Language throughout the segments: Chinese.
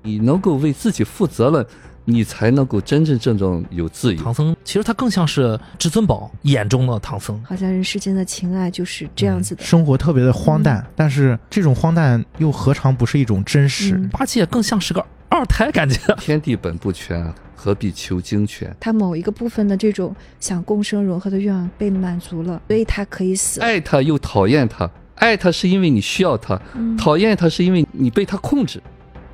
你能够为自己负责了，你才能够真正有自由。 唐僧其实他更像是至尊宝眼中的唐僧， 好像人世间的情爱就是这样子的， 生活特别的荒诞，但是这种荒诞又何尝不是一种真实？ 八戒更像是个二胎感觉。 天地本不全，何必求精全？ 他某一个部分的这种想共生融合的愿望被满足了，所以他可以死。 爱他又讨厌他，爱他是因为你需要他，讨厌他是因为你被他控制。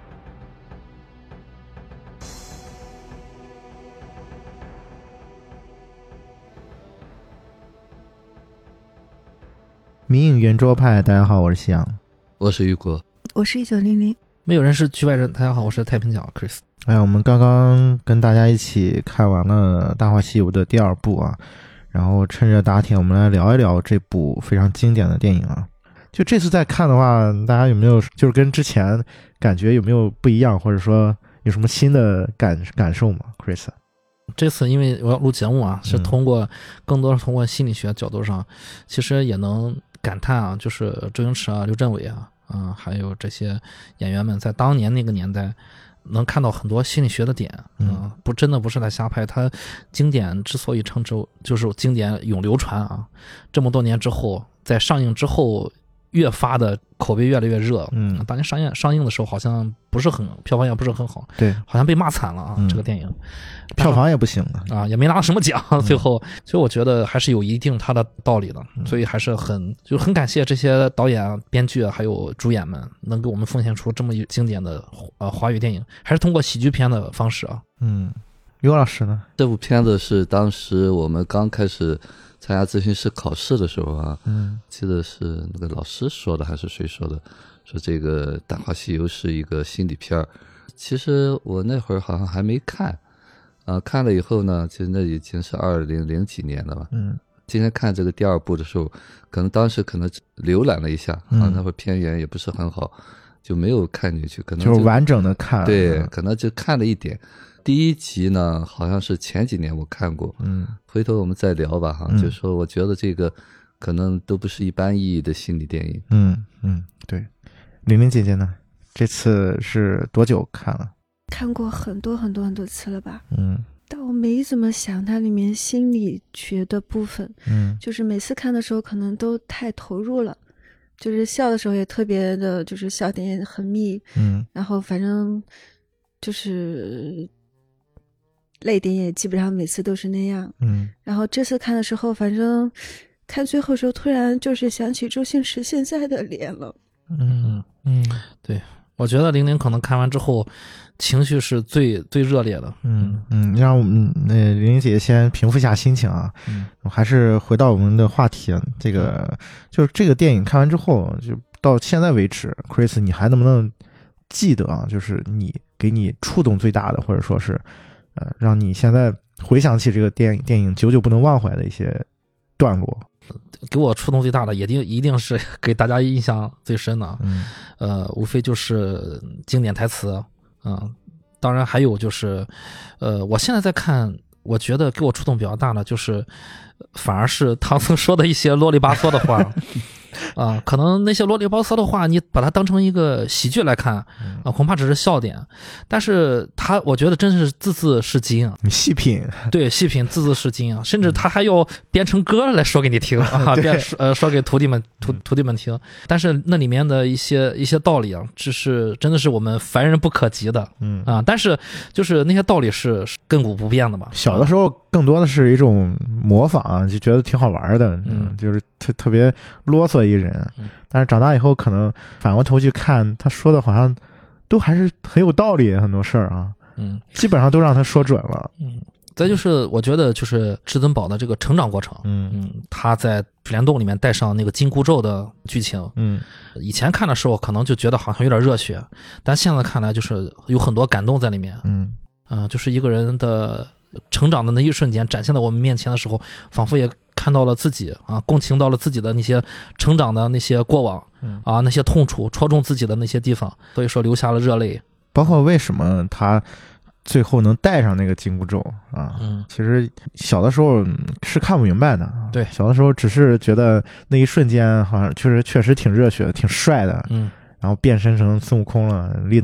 迷影圆桌派，大家好，我是夕阳， 我是雨果， 我是1900。 没有人是局外人，大家好，我是太平角 Chris。 我们刚刚跟大家一起看完了《大话西游》的第2部啊，然后趁着打铁，我们来聊一聊这部非常经典的电影啊。就这次再看的话，大家有没有就是跟之前感觉有没有不一样，或者说有什么新的感受吗 ，Chris？ 这次因为我要录节目啊，是更多是通过心理学角度上，其实也能感叹啊，就是周星驰啊、刘镇伟啊，还有这些演员们在当年那个年代，能看到很多心理学的点，真的不是在瞎拍。他经典之所以称之就是经典永流传啊，这么多年之后，在上映之后越发的口碑越来越热。当年上映的时候好像不是很票房也不是很好， 对， 好像被骂惨了啊。这个电影票房也不行了啊，也没拿什么奖，最后，所以我觉得还是有一定它的道理的，所以还是很感谢这些导演、编剧还有主演们能给我们奉献出这么一经典的华语电影，还是通过喜剧片的方式啊。 刘老师呢？ 这部片子是当时我们刚开始参加咨询师考试的时候啊，记得是那个老师说的还是谁说的，说这个《大话西游》是一个心理片。其实我那会儿好像还没看，看了以后呢，其实那已经是2000几年了吧。今天看这个第2部的时候，当时浏览了一下，那会儿片源也不是很好，就没有看进去，可能就是完整的看， 对，可能就看了一点。第1集呢，好像是前几年我看过，回头我们再聊吧哈。就说我觉得这个可能都不是一般意义的心理电影。 对。玲玲姐姐呢？这次是多久看了？ 看过很多次了吧。但我没怎么想它里面心理学的部分。就是每次看的时候可能都太投入了，就是笑的时候也特别的，就是笑点也很密。然后反正就是泪点也基本上每次都是那样。然后这次看的时候，反正看最后的时候突然就是想起周星驰现在的脸了。 对，我觉得玲玲可能看完之后情绪是最热烈的。 让我们玲玲姐姐先平复一下心情啊。我还是回到我们的话题，这个就是这个电影看完之后，就到现在为止 ，Chris， 你还能不能记得啊？就是给你触动最大的，或者说是让你现在回想起这个电影久久不能忘怀的一些段落。 给我触动最大的一定是给大家印象最深的，无非就是经典台词，当然还有就是，我现在在看，我觉得给我触动比较大的就是，反而是唐僧说的一些啰里吧嗦的话。可能那些啰里吧嗦的话，你把它当成一个喜剧来看，恐怕只是笑点。但是我觉得真是字字是金啊！ 你细品， 对，细品字字是金啊！甚至他还要编成歌来说给你听啊，说给徒弟们听。但是那里面的一些道理啊，这是真的是我们凡人不可及的，但是就是那些道理是亘古不变的嘛。 小的时候更多的是一种模仿，就觉得挺好玩的，就是特别啰嗦一人。但是长大以后可能反过头去看，他说的好像都还是很有道理，很多事儿啊，基本上都让他说准了。 再就是我觉得就是至尊宝的这个成长过程，他在水帘洞里面带上那个紧箍咒的剧情，以前看的时候可能就觉得好像有点热血，但现在看来就是有很多感动在里面。就是一个人的成长的那一瞬间展现在我们面前的时候，仿佛也看到了自己啊，共情到了自己的那些成长的那些过往那些痛楚，戳中自己的那些地方，所以说流下了热泪。 包括为什么他最后能带上那个紧箍咒啊？其实小的时候是看不明白的。 对， 小的时候只是觉得那一瞬间好像确实挺热血的，挺帅的。然后变身成孙悟空了，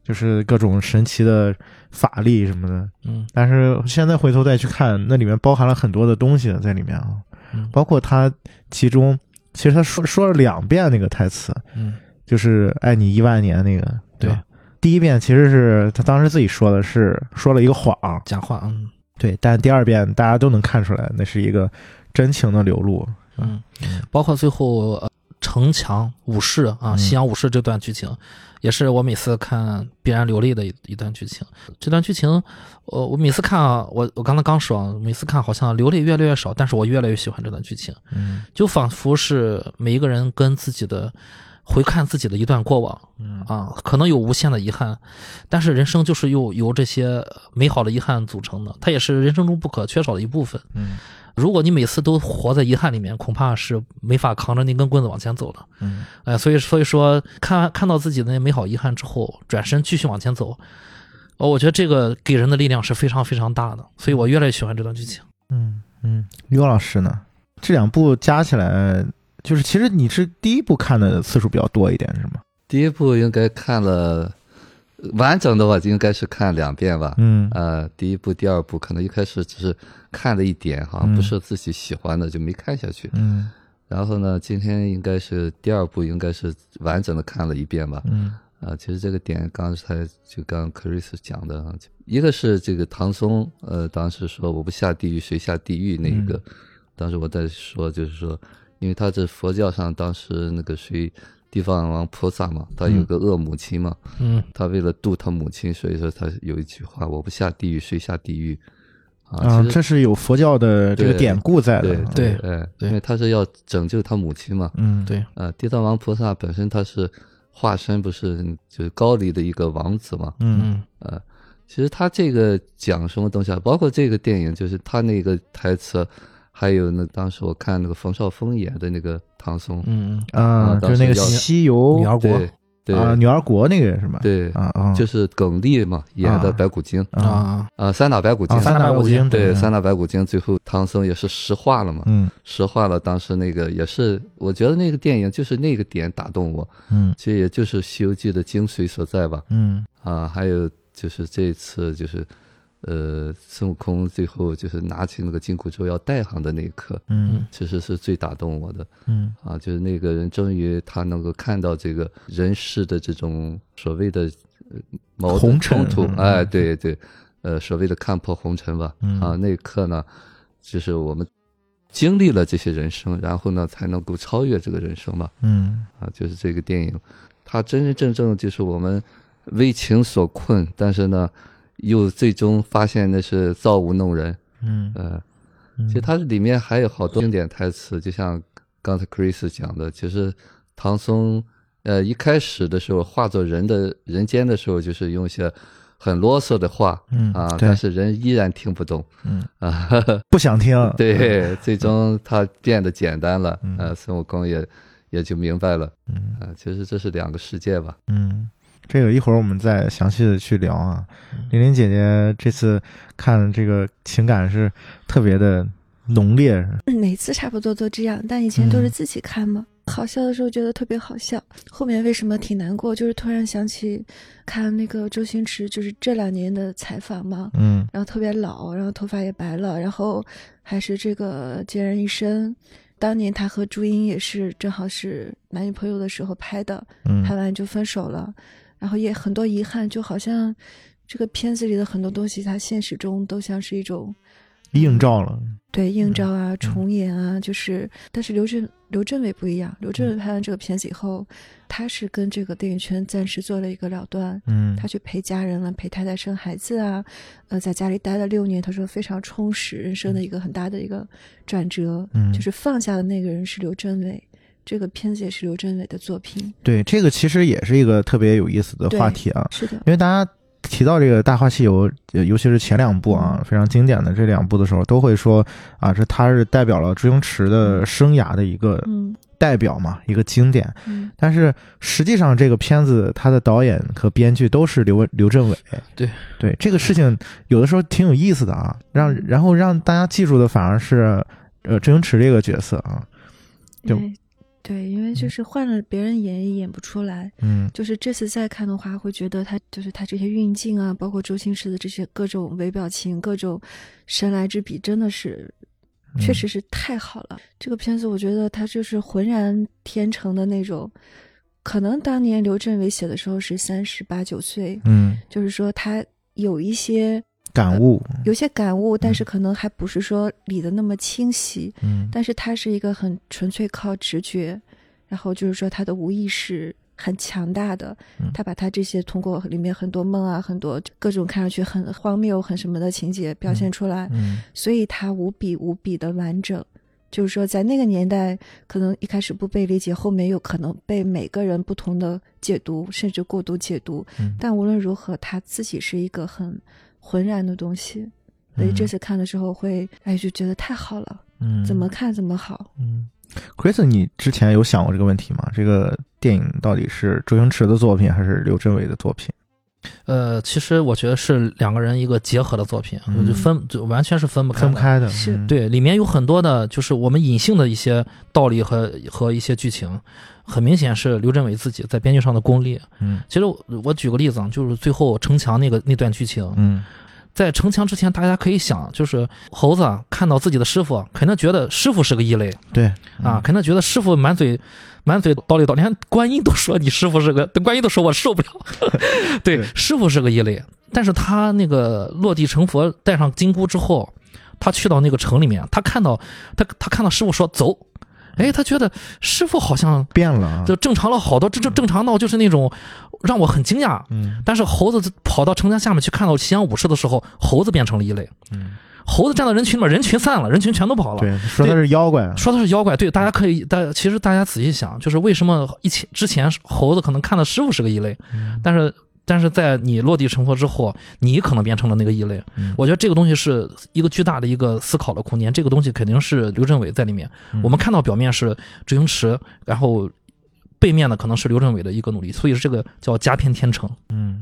就是各种神奇的法力什么的。但是现在回头再去看，那里面包含了很多的东西在里面啊。包括他其中其实他说了2遍那个台词，就是爱你10000年那个。 对， 第一遍其实是他当时自己说的，是说了一个谎， 假话。 对，但第2遍大家都能看出来那是一个真情的流露。 包括最后城墙武士啊，西洋武士这段剧情，也是我每次看必然流泪的一段剧情。这段剧情，我每次看啊，我刚才刚说，每次看好像流泪越来越少，但是我越来越喜欢这段剧情。就仿佛是每一个人跟自己的回看自己的一段过往，可能有无限的遗憾，但是人生就是由这些美好的遗憾组成的，它也是人生中不可缺少的一部分。如果你每次都活在遗憾里面，恐怕是没法扛着那根棍子往前走了。所以说看到自己的那美好遗憾之后，转身继续往前走，我觉得这个给人的力量是非常非常大的，所以我越来越喜欢这段剧情。 刘老师呢？这2部加起来，就是其实你是第1部看的次数比较多一点，是吗？ 第1部应该看了完整的话，应该是看2遍吧。第1部、第2部可能一开始只是看了一点，好像不是自己喜欢的，就没看下去。然后呢，今天应该是第2部，应该是完整的看了1遍吧。其实这个点刚才就刚 Chris 讲的，一个是这个唐松，当时说我不下地狱谁下地狱那一个，当时我在说就是说，因为他这佛教上当时那个谁地藏王菩萨嘛，他有个恶母亲嘛，他为了度他母亲，所以说他有一句话，我不下地狱谁下地狱。 这是有佛教的这个典故在的。 对， 因为他是要拯救他母亲嘛。 对。 地藏王菩萨本身他是化身，不是就是高丽的一个王子嘛。其实他这个讲什么东西啊？包括这个电影，就是他那个台词，还有那当时我看那个冯绍峰演的那个唐松， 就是那个西游女儿国。 对女儿国那个是吧？ 对就是耿丽嘛演的白骨精三打白骨精， 三打白骨精， 对，三打白骨精，最后唐僧也是石化了嘛，石化了。当时那个也是，我觉得那个电影就是那个点打动我，其实也就是《西游记》的精髓所在吧，还有就是这次就是孙悟空最后就是拿起那个紧箍咒要带上的那一刻，其实是最打动我的，就是那个人终于他能够看到这个人世的这种所谓的矛盾冲突，对，所谓的看破红尘吧，那一刻呢，就是我们经历了这些人生，然后呢才能够超越这个人生嘛，就是这个电影，它真真正正就是我们为情所困，但是呢又最终发现那是造物弄人。其实它里面还有好多经典台词，就像刚才 Chris 讲的，其实唐僧一开始的时候化作人间的时候，就是用一些很啰嗦的话，但是人依然听不懂， 不想听。 对，最终他变得简单了，孙悟空也就明白了，其实这是2个世界吧。 这个一会儿我们再详细的去聊啊。玲玲姐姐这次看这个情感是特别的浓烈， 每次差不多都这样，但以前都是自己看嘛。好笑的时候觉得特别好笑，后面为什么挺难过，就是突然想起看那个周星驰就是这2年的采访嘛，然后特别老，然后头发也白了，然后还是这个孑然一身。当年他和朱茵也是正好是男女朋友的时候拍的，拍完就分手了，然后也很多遗憾，就好像这个片子里的很多东西它现实中都像是一种映照了， 对，映照啊，重演啊，就是但是刘镇伟不一样，刘镇伟拍完这个片子以后，他是跟这个电影圈暂时做了一个了断，他去陪家人了，陪太太生孩子啊，在家里待了6年，他说非常充实，人生的一个很大的一个转折，就是放下的那个人是刘镇伟，这个片子也是刘镇伟的作品。对， 这个其实也是一个特别有意思的话题啊， 是的， 因为大家提到这个《大话西游》，尤其是前2部啊，非常经典的这2部的时候，都会说啊，它是代表了周星驰的生涯的一个代表嘛，一个经典。但是实际上这个片子它的导演和编剧都是刘镇伟。对，这个事情有的时候挺有意思的啊，然后让大家记住的反而是周星驰这个角色啊，就对，因为就是换了别人演也演不出来。就是这次再看的话，会觉得他这些运镜啊，包括周星驰的这些各种微表情、各种神来之笔，真的是确实是太好了。这个片子我觉得他就是浑然天成的那种。可能当年刘镇伟写的时候是38、39岁，就是说他有一些感悟， 有些感悟，但是可能还不是说理得那么清晰，但是他是一个很纯粹靠直觉，然后就是说他的无意识很强大的，他把他这些通过里面很多梦啊，很多各种看上去很荒谬很什么的情节表现出来，所以他无比的完整。就是说在那个年代可能一开始不被理解，后面有可能被每个人不同的解读甚至过度解读，但无论如何他自己是一个很浑然的东西，所以这次看的时候会就觉得太好了，怎么看怎么好。 Chris 你之前有想过这个问题吗？这个电影到底是周星驰的作品还是刘镇伟的作品？ 其实我觉得是两个人一个结合的作品，就完全是分不开的。 是对，里面有很多的就是我们隐性的一些道理和一些剧情，很明显是刘镇伟自己在编剧上的功力。其实我举个例子啊，就是最后城墙那段剧情，在城墙之前大家可以想，就是猴子看到自己的师傅肯定觉得师傅是个异类， 对肯定觉得师傅满嘴道理，连观音都说你师傅是个，观音都说我受不了对，师傅是个异类。但是他那个落地成佛带上金箍之后，他去到那个城里面，他看到师傅说走，他觉得师傅好像变了， 就正常了好多，正常到就是那种让我很惊讶。但是猴子跑到城墙下面去看到西洋武士的时候，猴子变成了异类。猴子站到人群里面，人群散了，人群全都跑了。 对，说他是妖怪， 对，大家可以，其实大家仔细想，就是为什么之前猴子可能看到师傅是个异类，但是在你落地成佛之后，你可能变成了那个异类。我觉得这个东西是一个巨大的一个思考的空间，这个东西肯定是刘镇伟在里面。我们看到表面是周星驰，然后背面的可能是刘镇伟的一个努力，所以这个叫加片天成。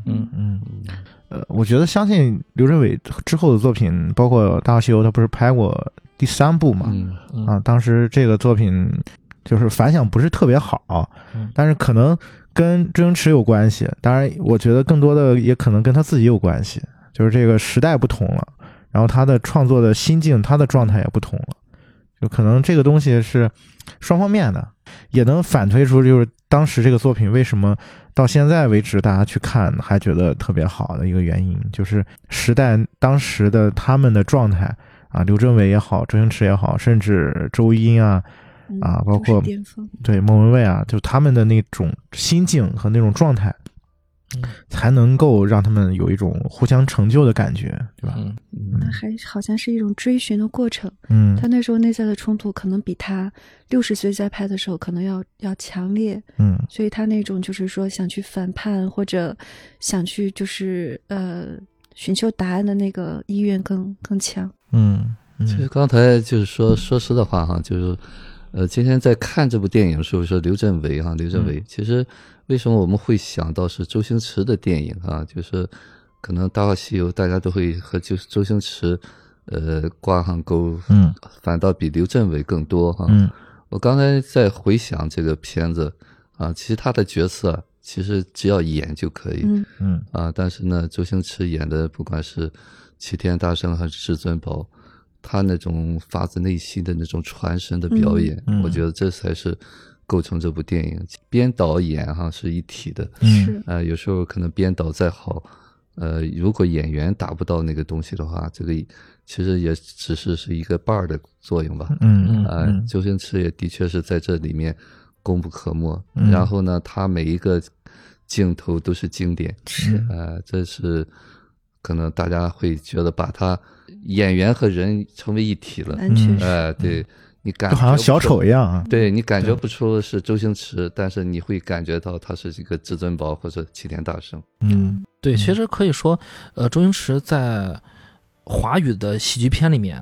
我觉得相信刘镇伟之后的作品，包括《大话西游》，他不是拍过第3部嘛？当时这个作品就是反响不是特别好，但是可能跟周星驰有关系，当然我觉得更多的也可能跟他自己有关系，就是这个时代不同了，然后他的创作的心境，他的状态也不同了，就可能这个东西是双方面的，也能反推出就是当时这个作品为什么到现在为止大家去看还觉得特别好的一个原因，就是时代当时的他们的状态啊，刘镇伟也好，周星驰也好，甚至周英啊包括对莫文蔚啊，就他们的那种心境和那种状态，才能够让他们有一种互相成就的感觉，对吧？ 那还好像是一种追寻的过程。他那时候内在的冲突可能比他60岁在拍的时候可能要强烈。所以他那种就是说想去反叛或者想去就是寻求答案的那个意愿更强。 其实刚才就是说实的话哈，就是今天在看这部电影的时候说刘镇伟，其实为什么我们会想到是周星驰的电影啊？就是可能《大话西游》大家都会和就是周星驰挂上钩，反倒比刘镇伟更多哈。我刚才在回想这个片子啊，其实他的角色其实只要演就可以，但是呢，周星驰演的不管是齐天大圣还是至尊宝，他那种发自内心的那种传神的表演，我觉得这才是构成这部电影。编导演哈是一体的，有时候可能编导再好，如果演员达不到那个东西的话，这个其实也只是一个伴的作用吧。周星驰也的确是在这里面功不可没。然后呢，他每一个镜头都是经典，这是可能大家会觉得把他演员和人成为一体了。对，你感觉好像小丑一样啊。 对，你感觉不出是周星驰，但是你会感觉到他是一个至尊宝或者齐天大圣。 对，其实可以说周星驰在华语的喜剧片里面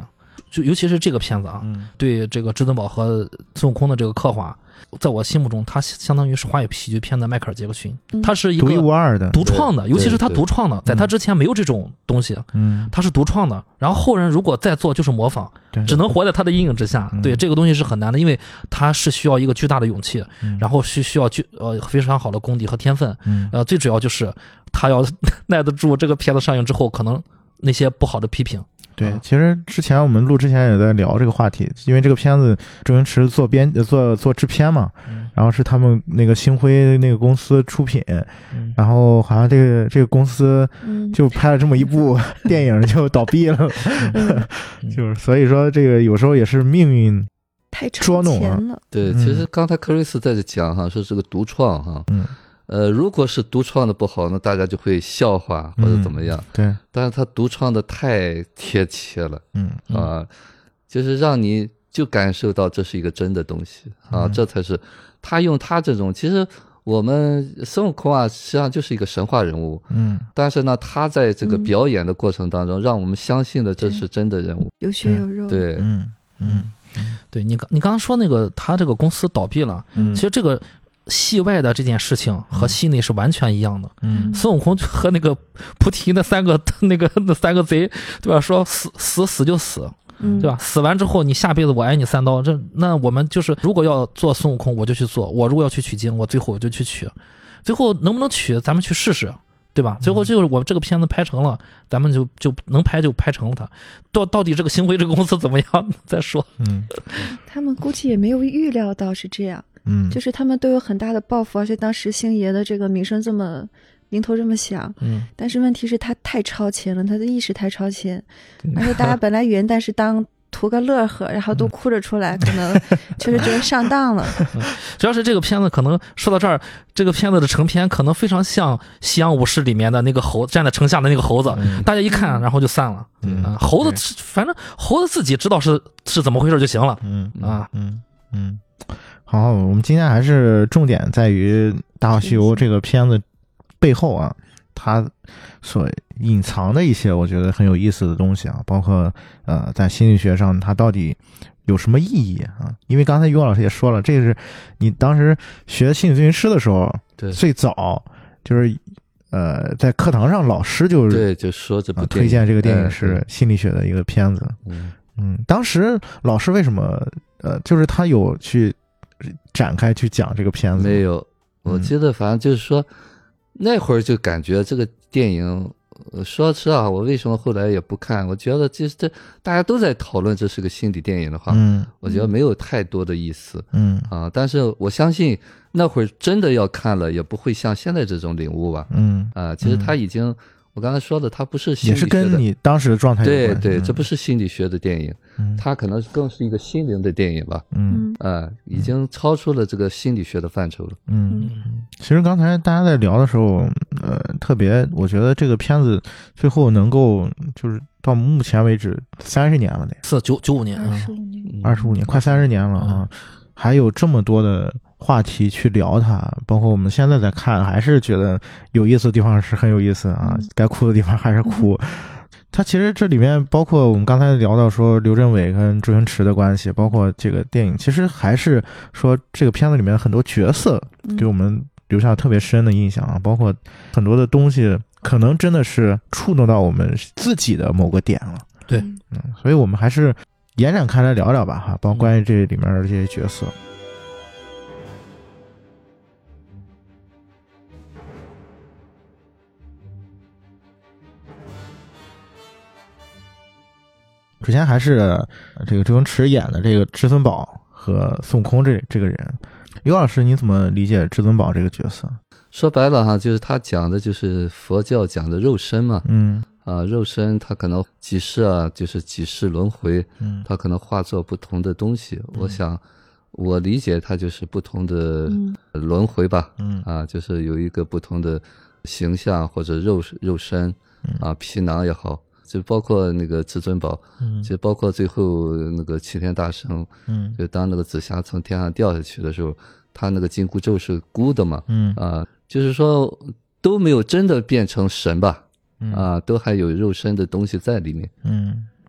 就尤其是这个片子啊，对这个至尊宝和孙悟空的这个刻画，在我心目中，他相当于是华语喜剧片的迈克尔·杰克逊，他是一个独一无二的、 独创的，尤其是他独创的，在他之前没有这种东西，他是独创的。然后后人如果再做，就是模仿，只能活在他的阴影之下。对，这个东西是很难的，因为他是需要一个巨大的勇气，然后需要非常好的功底和天分。最主要就是他要耐得住这个片子上映之后可能那些不好的批评。 对，其实之前我们录之前也在聊这个话题，因为这个片子周星驰做制片嘛，然后是他们那个星辉那个公司出品，然后好像这个公司就拍了这么一部电影就倒闭了，就是所以说这个有时候也是命运太捉弄了。 对，其实刚才克里斯在这讲哈，说这个独创哈，如果是独创的不好，那大家就会笑话或者怎么样。 对， 但是他独创的太贴切了，就是让你就感受到这是一个真的东西啊，这才是他用他这种，其实我们孙悟空啊，实际上就是一个神话人物，但是呢，他在这个表演的过程当中，让我们相信的这是真的人物， 有血有肉。 对， 对你刚刚说那个他这个公司倒闭了，其实这个戏外的这件事情和戏内是完全一样的。孙悟空和那个菩提那三个贼，对吧？说死就死，对吧？死完之后你下辈子我挨你3刀，那我们就是如果要做孙悟空，我就去做；我如果要去取经，我最后我就去取。最后能不能取，咱们去试试，对吧？最后就是我这个片子拍成了，咱们就能拍就拍成了它。到底这个星辉这个公司怎么样再说。 他们估计也没有预料到是这样。就是他们都有很大的抱负，而且当时星爷的这个名声这么名头这么响，但是问题是他太超前了，他的意识太超前，而且大家本来元旦是当图个乐呵，然后都哭着出来，可能确实觉得上当了。 主要是这个片子可能说到这儿，这个片子的成片可能非常像《西洋武士》里面的那个猴站在城下的那个猴子，大家一看然后就散了。猴子反正猴子自己知道是怎么回事就行了。 好，我们今天还是重点在于《大话西游》这个片子背后啊，它所隐藏的一些我觉得很有意思的东西啊，包括在心理学上它到底有什么意义啊？因为刚才于老师也说了，这是你当时学心理咨询师的时候， 对， 最早就是在课堂上老师就说这部推荐这个电影是心理学的一个片子。当时老师为什么就是他有去展开去讲这个片子？ 没有，我记得反正就是说那会儿就感觉这个电影，说实话，我为什么后来也不看？我觉得其实这大家都在讨论这是个心理电影的话，我觉得没有太多的意思。但是我相信那会儿真的要看了，也不会像现在这种领悟吧。其实他已经。我刚才说的，它不是心理学的， 也是跟你当时的状态有关。 对，这不是心理学的电影，它可能更是一个心灵的电影吧。已经超出了这个心理学的范畴了。 其实刚才大家在聊的时候，特别我觉得这个片子最后能够就是到目前为止30年了， 是95年 ，25年，快30年了啊，还有这么多的话题去聊它，包括我们现在在看，还是觉得有意思的地方是很有意思啊，该哭的地方还是哭。它其实这里面包括我们刚才聊到说刘镇伟跟周星驰的关系，包括这个电影，其实还是说这个片子里面很多角色给我们留下特别深的印象啊，包括很多的东西可能真的是触动到我们自己的某个点了。 对， 所以我们还是延展开来聊聊吧哈，包括关于这里面的这些角色。首先还是这个周星驰演的这个至尊宝和孙悟空这个人，尤老师你怎么理解至尊宝这个角色？ 说白了哈，就是他讲的就是佛教讲的肉身嘛。肉身他可能几世啊，就是几世轮回，他可能化作不同的东西。我想我理解他就是不同的轮回吧。就是有一个不同的形象或者肉身皮囊也好。就包括那个至尊宝，就包括最后那个齐天大圣，就当那个紫霞从天上掉下去的时候，他那个紧箍咒是箍的嘛，就是说都没有真的变成神吧，都还有肉身的东西在里面。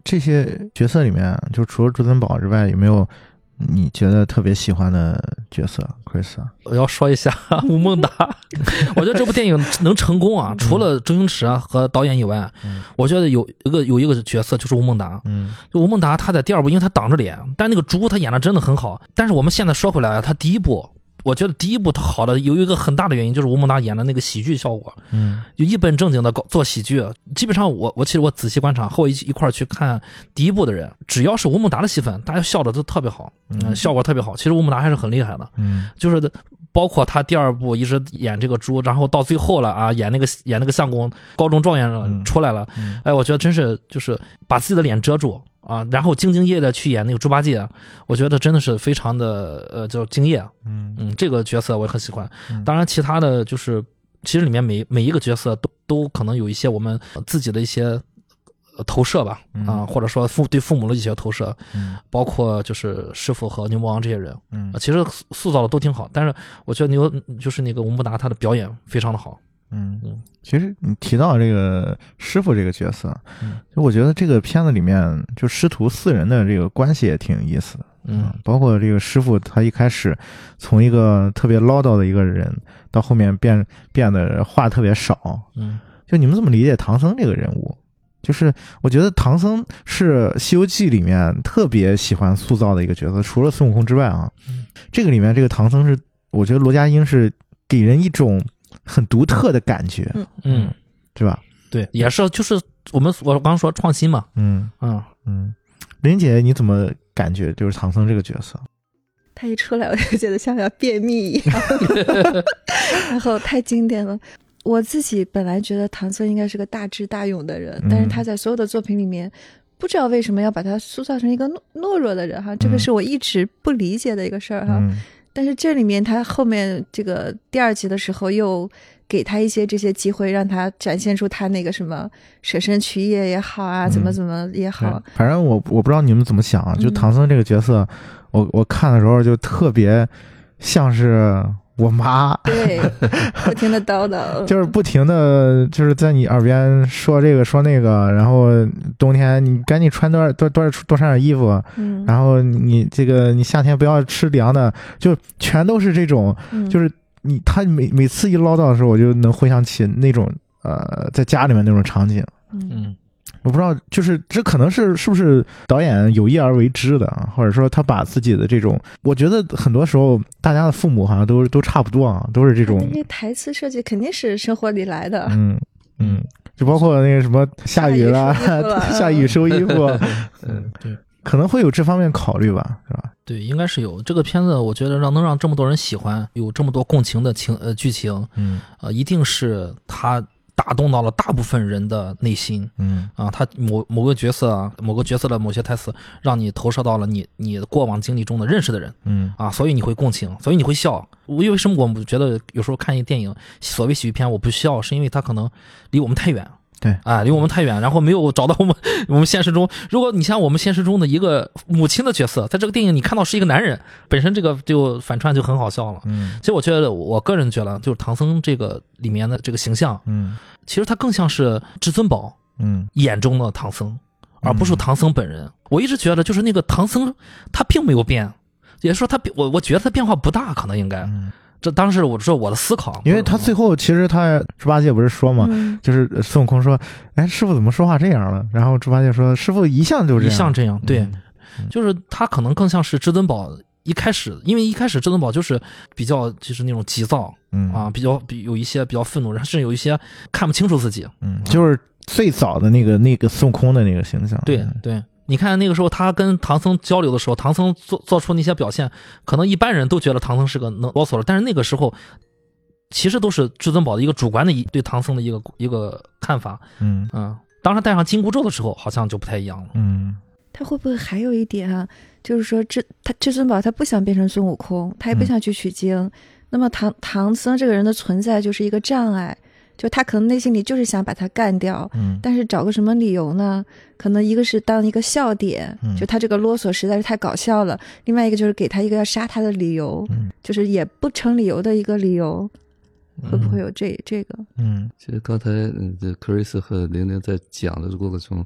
这些角色里面，就除了至尊宝之外，有没有你觉得特别喜欢的角色 Chris？ 我要说一下吴孟达我觉得这部电影能成功啊，除了周星驰和导演以外，我觉得有一个角色就是吴孟达。就吴孟达他在第2部因为他挡着脸，但那个猪他演的真的很好。但是我们现在说回来，他第1部我觉得第1部他好的有一个很大的原因就是吴孟达演的那个喜剧效果，就一本正经的做喜剧。基本上其实我仔细观察和我一块去看第1部的人，只要是吴孟达的戏份，大家笑的都特别好，效果特别好。其实吴孟达还是很厉害的，就是包括他第2部一直演这个猪，然后到最后了啊，演那个相公高中状元出来了，哎，我觉得真是就是把自己的脸遮住啊，然后兢兢业业的去演那个猪八戒，我觉得真的是非常的叫敬业。这个角色我也很喜欢。当然其他的就是其实里面每一个角色都可能有一些我们自己的一些投射吧，或者说对父母的一些投射，包括就是师傅和牛魔王这些人，其实塑造的都挺好。但是我觉得就是那个吴孟达他的表演非常的好。 其实你提到这个师傅这个角色，就我觉得这个片子里面就师徒4人的这个关系也挺有意思的。包括这个师傅他一开始从一个特别唠叨的一个人，到后面变得话特别少。就你们怎么理解唐僧这个人物？就是我觉得唐僧是《西游记》里面特别喜欢塑造的一个角色，除了孙悟空之外啊，这个里面这个唐僧是我觉得罗家英是给人一种很独特的感觉，对吧？ 对，也是就是我刚说创新嘛。 林姐你怎么感觉就是唐僧这个角色？ 他一出来我就觉得像要便秘一样然后太经典了。我自己本来觉得唐僧应该是个大智大勇的人，但是他在所有的作品里面不知道为什么要把他塑造成一个懦弱的人哈，这个是我一直不理解的一个事儿哈。但是这里面他后面这个第2集的时候又给他一些这些机会，让他展现出他那个什么舍身取义也好啊，怎么也好。 反正我不知道你们怎么想啊，就唐僧这个角色，我看的时候就特别像是我妈， 对，不停的叨叨， 就是不停的就是在你耳边说这个说那个，然后冬天你赶紧穿多穿点衣服，然后你这个你夏天不要吃凉的，就全都是这种，就是他每次一唠叨的时候，我就能回想起那种在家里面那种场景。我不知道，就是这可能是不是导演有意而为之的啊，或者说他把自己的这种，我觉得很多时候大家的父母好像都差不多啊，都是这种。 那些台词设计肯定是生活里来的。 就包括那个什么下雨了，下雨收衣服， 对， 可能会有这方面考虑吧，是吧？ 对，应该是有。这个片子我觉得能让这么多人喜欢，有这么多共情的剧情，一定是他打动到了大部分人的内心，他某个角色的某些台词，让你投射到了你过往经历中的认识的人，所以你会共情，所以你会笑。为什么我觉得有时候看一个电影，所谓喜剧片我不笑，是因为它可能离我们太远。 对离我们太远，然后没有找到我们现实中。如果你像我们现实中的一个母亲的角色，在这个电影你看到是一个男人，本身这个就反串就很好笑了。其实我觉得，我个人觉得，就是唐僧这个里面的这个形象，其实他更像是至尊宝眼中的唐僧，而不是唐僧本人。我一直觉得，就是那个唐僧他并没有变，也就是说我觉得他变化不大，可能应该。这当时我说我的思考， 因为他最后其实他猪八戒不是说嘛，就是孙悟空说，哎，师傅怎么说话这样了？然后猪八戒说，师傅一向就这样， 一向这样，对，就是他可能更像是至尊宝一开始，因为一开始至尊宝就是比较就是那种急躁，有一些比较愤怒，甚至有一些看不清楚自己， 就是最早的那个孙悟空的那个形象， 对。你看那个时候他跟唐僧交流的时候，唐僧做出那些表现，可能一般人都觉得唐僧是个能啰嗦的，但是那个时候其实都是至尊宝的一个主观的对唐僧的一个看法。当时带上紧箍咒的时候好像就不太一样了。 他会不会还有一点啊，就是说至尊宝他不想变成孙悟空，他也不想去取经，那么唐僧这个人的存在就是一个障碍，就他可能内心里就是想把他干掉，但是找个什么理由呢？可能一个是当一个笑点，就他这个啰嗦实在是太搞笑了，另外一个就是给他一个要杀他的理由，就是也不成理由的一个理由，会不会有这个？ 其实刚才Chris 和玲玲在讲的过程中，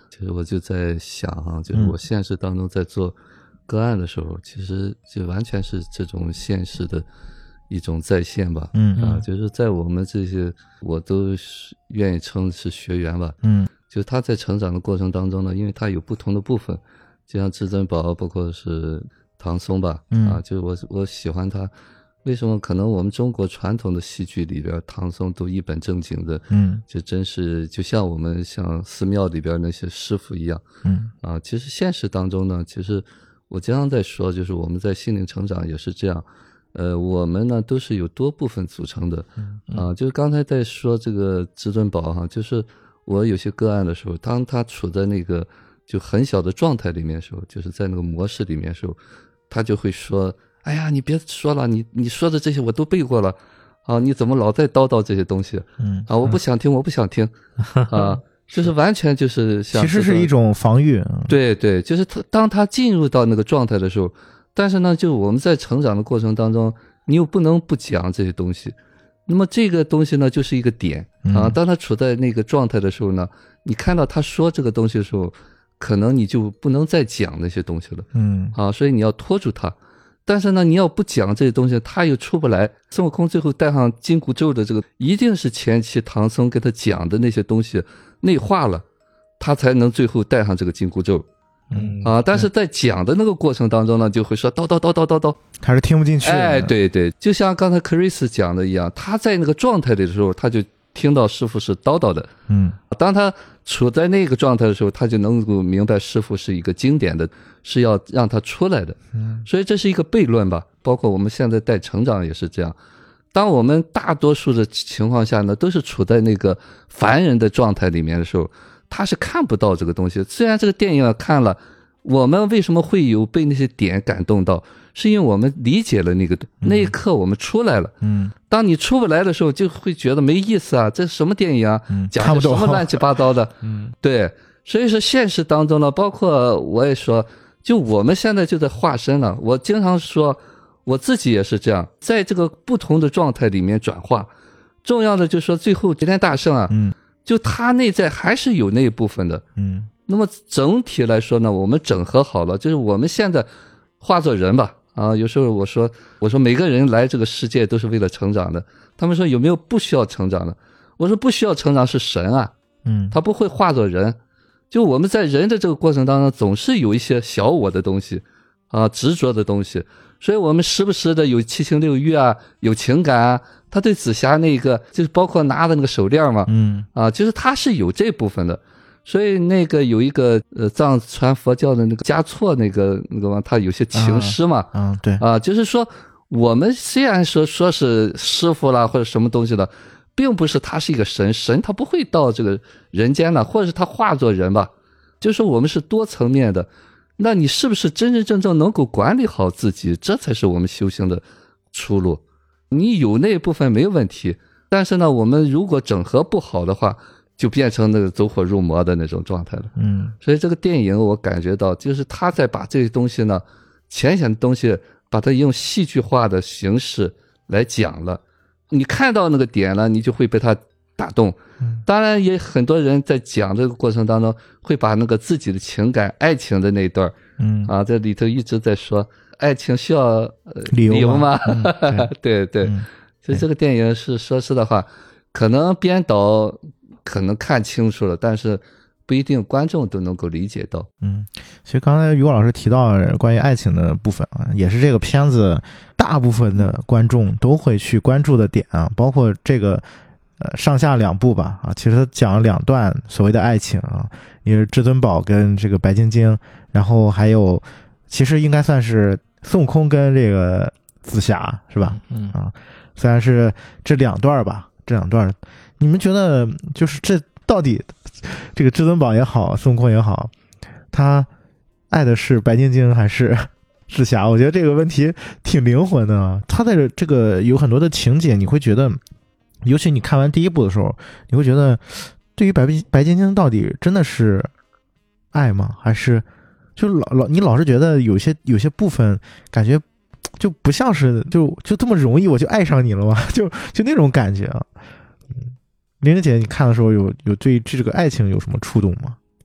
其实我就在想啊，就是我现实当中在做个案的时候，其实就完全是这种现实的一种再现吧。就是在我们这些，我都愿意称是学员吧。就他在成长的过程当中呢，因为他有不同的部分，就像至尊宝，包括是唐僧吧。就是我喜欢他。为什么可能我们中国传统的戏剧里边，唐僧都一本正经的，就真是就像我们像寺庙里边那些师傅一样。其实现实当中呢，其实我经常在说，就是我们在心灵成长也是这样。我们呢都是有多部分组成的。就是刚才在说这个至尊宝哈，就是我有些个案的时候，当他处在那个就很小的状态里面的时候，就是在那个模式里面的时候，他就会说，哎呀，你别说了，你说的这些我都背过了啊！你怎么老在叨叨这些东西？我不想听，我不想听啊！就是完全就是像其实是一种防御。 对对，就是当他进入到那个状态的时候，但是呢，就我们在成长的过程当中，你又不能不讲这些东西。那么这个东西呢，就是一个点啊。当他处在那个状态的时候呢，你看到他说这个东西的时候，可能你就不能再讲那些东西了。所以你要拖住他。但是呢，你要不讲这些东西，他又出不来。孙悟空最后戴上紧箍咒的这个，一定是前期唐僧跟他讲的那些东西内化了，他才能最后戴上这个紧箍咒。但是在讲的那个过程当中呢，就会说叨叨叨叨叨叨， 还是听不进去。 对对，就像刚才克里斯讲的一样，他在那个状态里的时候，他就听到师父是叨叨的。当他处在那个状态的时候，他就能够明白师父是一个经典的，是要让他出来的。所以这是一个悖论吧。包括我们现在带成长也是这样。当我们大多数的情况下呢，都是处在那个凡人的状态里面的时候，他是看不到这个东西。虽然这个电影看了，我们为什么会有被那些点感动到，是因为我们理解了那一刻我们出来了。当你出不来的时候，就会觉得没意思啊，这是什么电影啊，讲的什么乱七八糟的。对，所以说现实当中呢，包括我也说，就我们现在就在化身了。我经常说我自己也是这样，在这个不同的状态里面转化。重要的就是说最后齐天大圣啊，就他内在还是有那一部分的。那么整体来说呢，我们整合好了，就是我们现在化作人吧。有时候我说每个人来这个世界都是为了成长的。他们说有没有不需要成长的？我说不需要成长是神啊。他不会化作人。就我们在人的这个过程当中，总是有一些小我的东西执着的东西，所以我们时不时的有七情六欲啊，有情感啊。他对紫霞那个就是包括拿的那个手链嘛，就是他是有这部分的。所以那个有一个藏传佛教的那个嘉措那个嘛，他有些情诗嘛。 对就是说我们虽然说是师傅啦或者什么东西的，并不是他是一个神他不会到这个人间的，或者是他化作人吧。就是说我们是多层面的。那你是不是真真正正能够管理好自己，这才是我们修行的出路。你有那部分没有问题，但是呢，我们如果整合不好的话，就变成那个走火入魔的那种状态了。所以这个电影我感觉到，就是他在把这些东西呢，浅显的东西，把它用戏剧化的形式来讲了。你看到那个点了，你就会被他打动。当然也很多人在讲这个过程当中，会把那个自己的情感、爱情的那一段在里头一直在说，爱情需要理由吗？对对。所以这个电影是说实的话，可能编导可能看清楚了，但是不一定观众都能够理解到。 其实刚才于果老师提到关于爱情的部分也是这个片子大部分的观众都会去关注的点包括这个上下两部吧其实他讲了两段所谓的爱情也是至尊宝跟这个白晶晶，然后还有其实应该算是孙悟空跟这个紫霞是吧？虽然是这两段吧，你们觉得就是这到底这个至尊宝也好，孙悟空也好，他爱的是白晶晶还是紫霞？我觉得这个问题挺灵魂的。他在这个有很多的情节，你会觉得，尤其你看完第一部的时候，你会觉得，对于白晶晶到底真的是爱吗？还是就你老是觉得有些部分感觉就不像是就这么容易我就爱上你了吗？就那种感觉玲玲姐，你看的时候有对这个爱情有什么触动吗？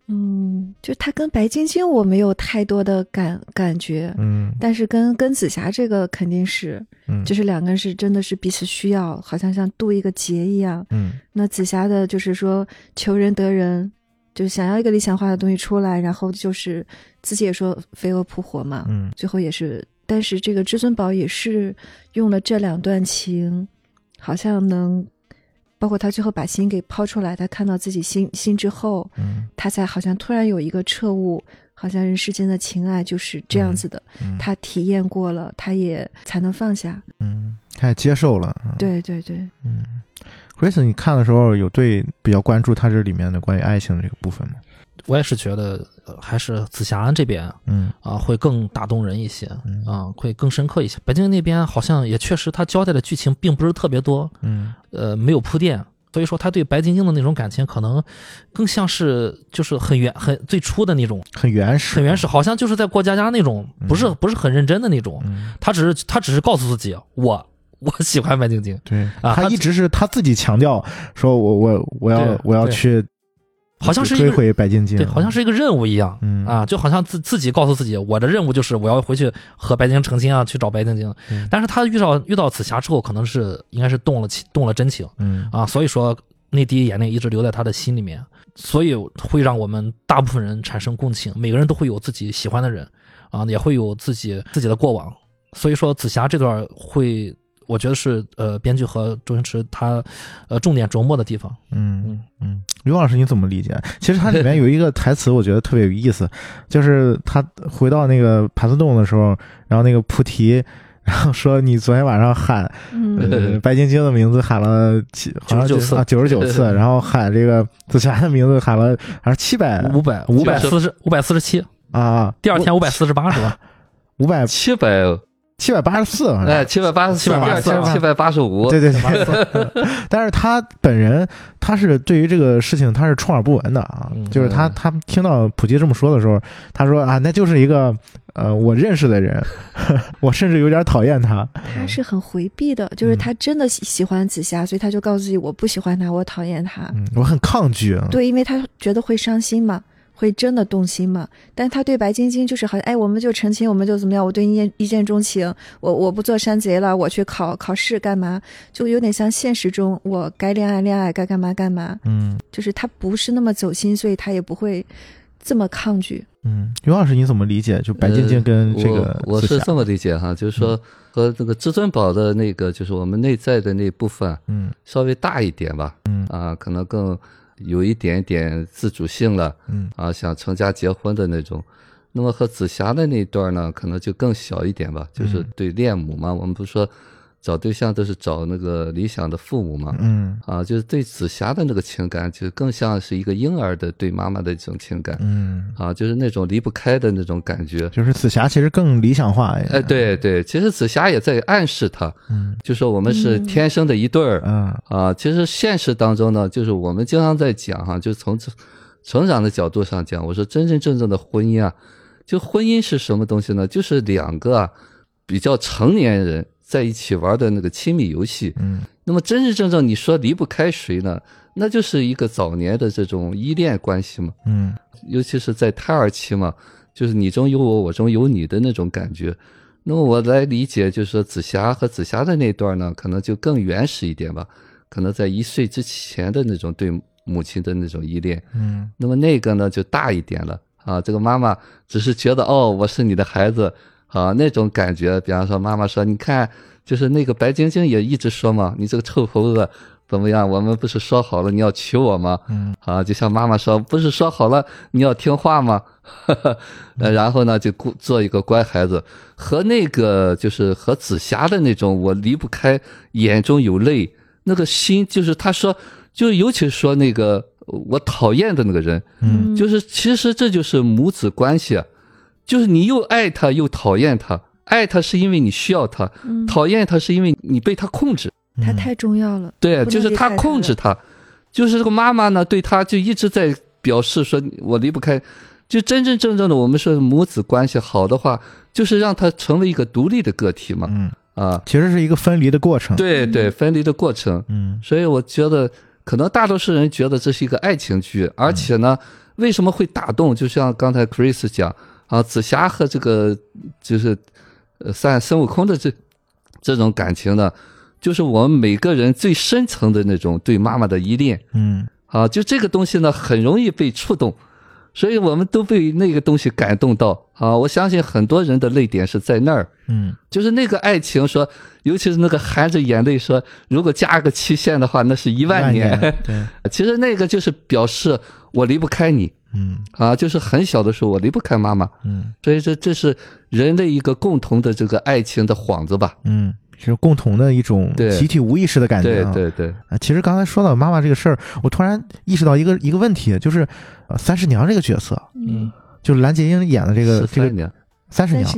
就他跟白晶晶我没有太多的感觉，但是跟紫霞这个肯定是，就是两个人是真的是彼此需要，好像渡一个结一样。那紫霞的就是说求人得人，就想要一个理想化的东西出来，然后就是自己也说飞蛾扑火嘛，最后也是，但是这个至尊宝也是用了这两段情，好像能。包括他最后把心给抛出来，他看到自己心之后，他才好像突然有一个彻悟，好像人世间的情爱就是这样子的，他体验过了，他也才能放下， 他也接受了。 对 Grace 你看的时候有比较关注他这里面的关于爱情的这个部分吗？ 我也是觉得还是紫霞这边会更打动人一些会更深刻一些。白晶晶那边好像也确实他交代的剧情并不是特别多，没有铺垫，所以说他对白晶晶的那种感情可能更像是就是很最初的那种很原始， 好像就是在过家家那种，不是很认真的那种。他只是告诉自己我喜欢白晶晶， 对他一直是他自己强调说我要去。 好像是追回白晶晶， 对，好像是一个任务一样，就好像自己告诉自己，我的任务就是我要回去和白晶晶成亲啊，去找白晶晶。但是他遇到紫霞之后，可能是应该是动了真情，所以说那滴眼泪一直留在他的心里面，所以会让我们大部分人产生共情。每个人都会有自己喜欢的人也会有自己的过往，所以说紫霞这段会。我觉得是编剧和周星驰他重点琢磨的地方。 刘老师你怎么理解？其实它里面有一个台词我觉得特别有意思，就是他回到那个盘丝洞的时候，然后那个菩提然后说你昨天晚上喊白晶晶的名字喊了99次然后喊这个紫霞的名字喊了还是 547 啊， 第二天548是吧 784， 哎，785， 对，但是他本人他是对于这个事情他是充耳不闻的啊，就是他听到普吉这么说的时候，他说啊，那就是一个我认识的人，我甚至有点讨厌他。 他是很回避的，就是他真的喜欢紫霞，所以他就告诉自己我不喜欢他，我讨厌他， 我很抗拒。 对，因为他觉得会伤心嘛。会真的动心嘛？但他对白晶晶就是好像，哎，我们就成亲，我们就怎么样？我对你一见钟情，我不做山贼了，我去考试干嘛？就有点像现实中我该恋爱，该干嘛干嘛。就是他不是那么走心，所以他也不会这么抗拒。 刘老师你怎么理解？就白晶晶跟这个我是这么理解哈，就是说和这个至尊宝的那个，就是我们内在的那部分，稍微大一点吧，可能更。有一点点自主性了，想成家结婚的那种。那么和紫霞的那段呢，可能就更小一点吧，就是对恋母嘛，我们不是说找对象都是找那个理想的父母嘛，就是对紫霞的那个情感，就更像是一个婴儿的对妈妈的这种情感，就是那种离不开的那种感觉。 就是紫霞其实更理想化， 对，其实紫霞也在暗示他，就说我们是天生的一对儿，其实现实当中呢，就是我们经常在讲哈，就从成长的角度上讲，我说真正的婚姻啊，就婚姻是什么东西呢？就是两个比较成年人在一起玩的那个亲密游戏，那么真正你说离不开谁呢？那就是一个早年的这种依恋关系嘛，尤其是在胎儿期嘛，就是你中有我，我中有你的那种感觉。那么我来理解，就是说紫霞和紫霞的那段呢，可能就更原始一点吧，可能在1岁之前的那种对母亲的那种依恋，那么那个呢就大一点了啊，这个妈妈只是觉得我是你的孩子。那种感觉，比方说妈妈说你看就是那个白晶晶也一直说嘛，你这个臭猴子怎么样，我们不是说好了你要娶我吗？就像妈妈说不是说好了你要听话吗？然后呢就做一个乖孩子，和那个就是和紫霞的那种我离不开，眼中有泪，那个心就是他说就尤其说那个我讨厌的那个人，就是其实这就是母子关系啊，就是你又爱他又讨厌他，爱他是因为你需要他，讨厌他是因为你被他控制， 他太重要了。 对，就是他控制他，就是这个妈妈呢对他就一直在表示说我离不开，就真正的我们说母子关系好的话，就是让他成为一个独立的个体嘛， 其实是一个分离的过程。 对，分离的过程。所以我觉得可能大多数人觉得这是一个爱情剧，而且呢，为什么会打动？就像刚才 Chris 讲啊，紫霞和这个就是孙悟空的这种感情呢，就是我们每个人最深层的那种对妈妈的依恋。就这个东西呢，很容易被触动。所以我们都被那个东西感动到啊！我相信很多人的泪点是在那儿，就是那个爱情说，尤其是那个含着眼泪说，如果加个期限的话，那是10000年。 对， 其实那个就是表示我离不开你，就是很小的时候我离不开妈妈，所以这是人的一个共同的这个爱情的幌子吧， 是共同的一种集体无意识的感觉。 对其实刚才说到妈妈这个事儿，我突然意识到一个问题，就是三十娘这个角色，就是蓝洁瑛演的这个三十娘，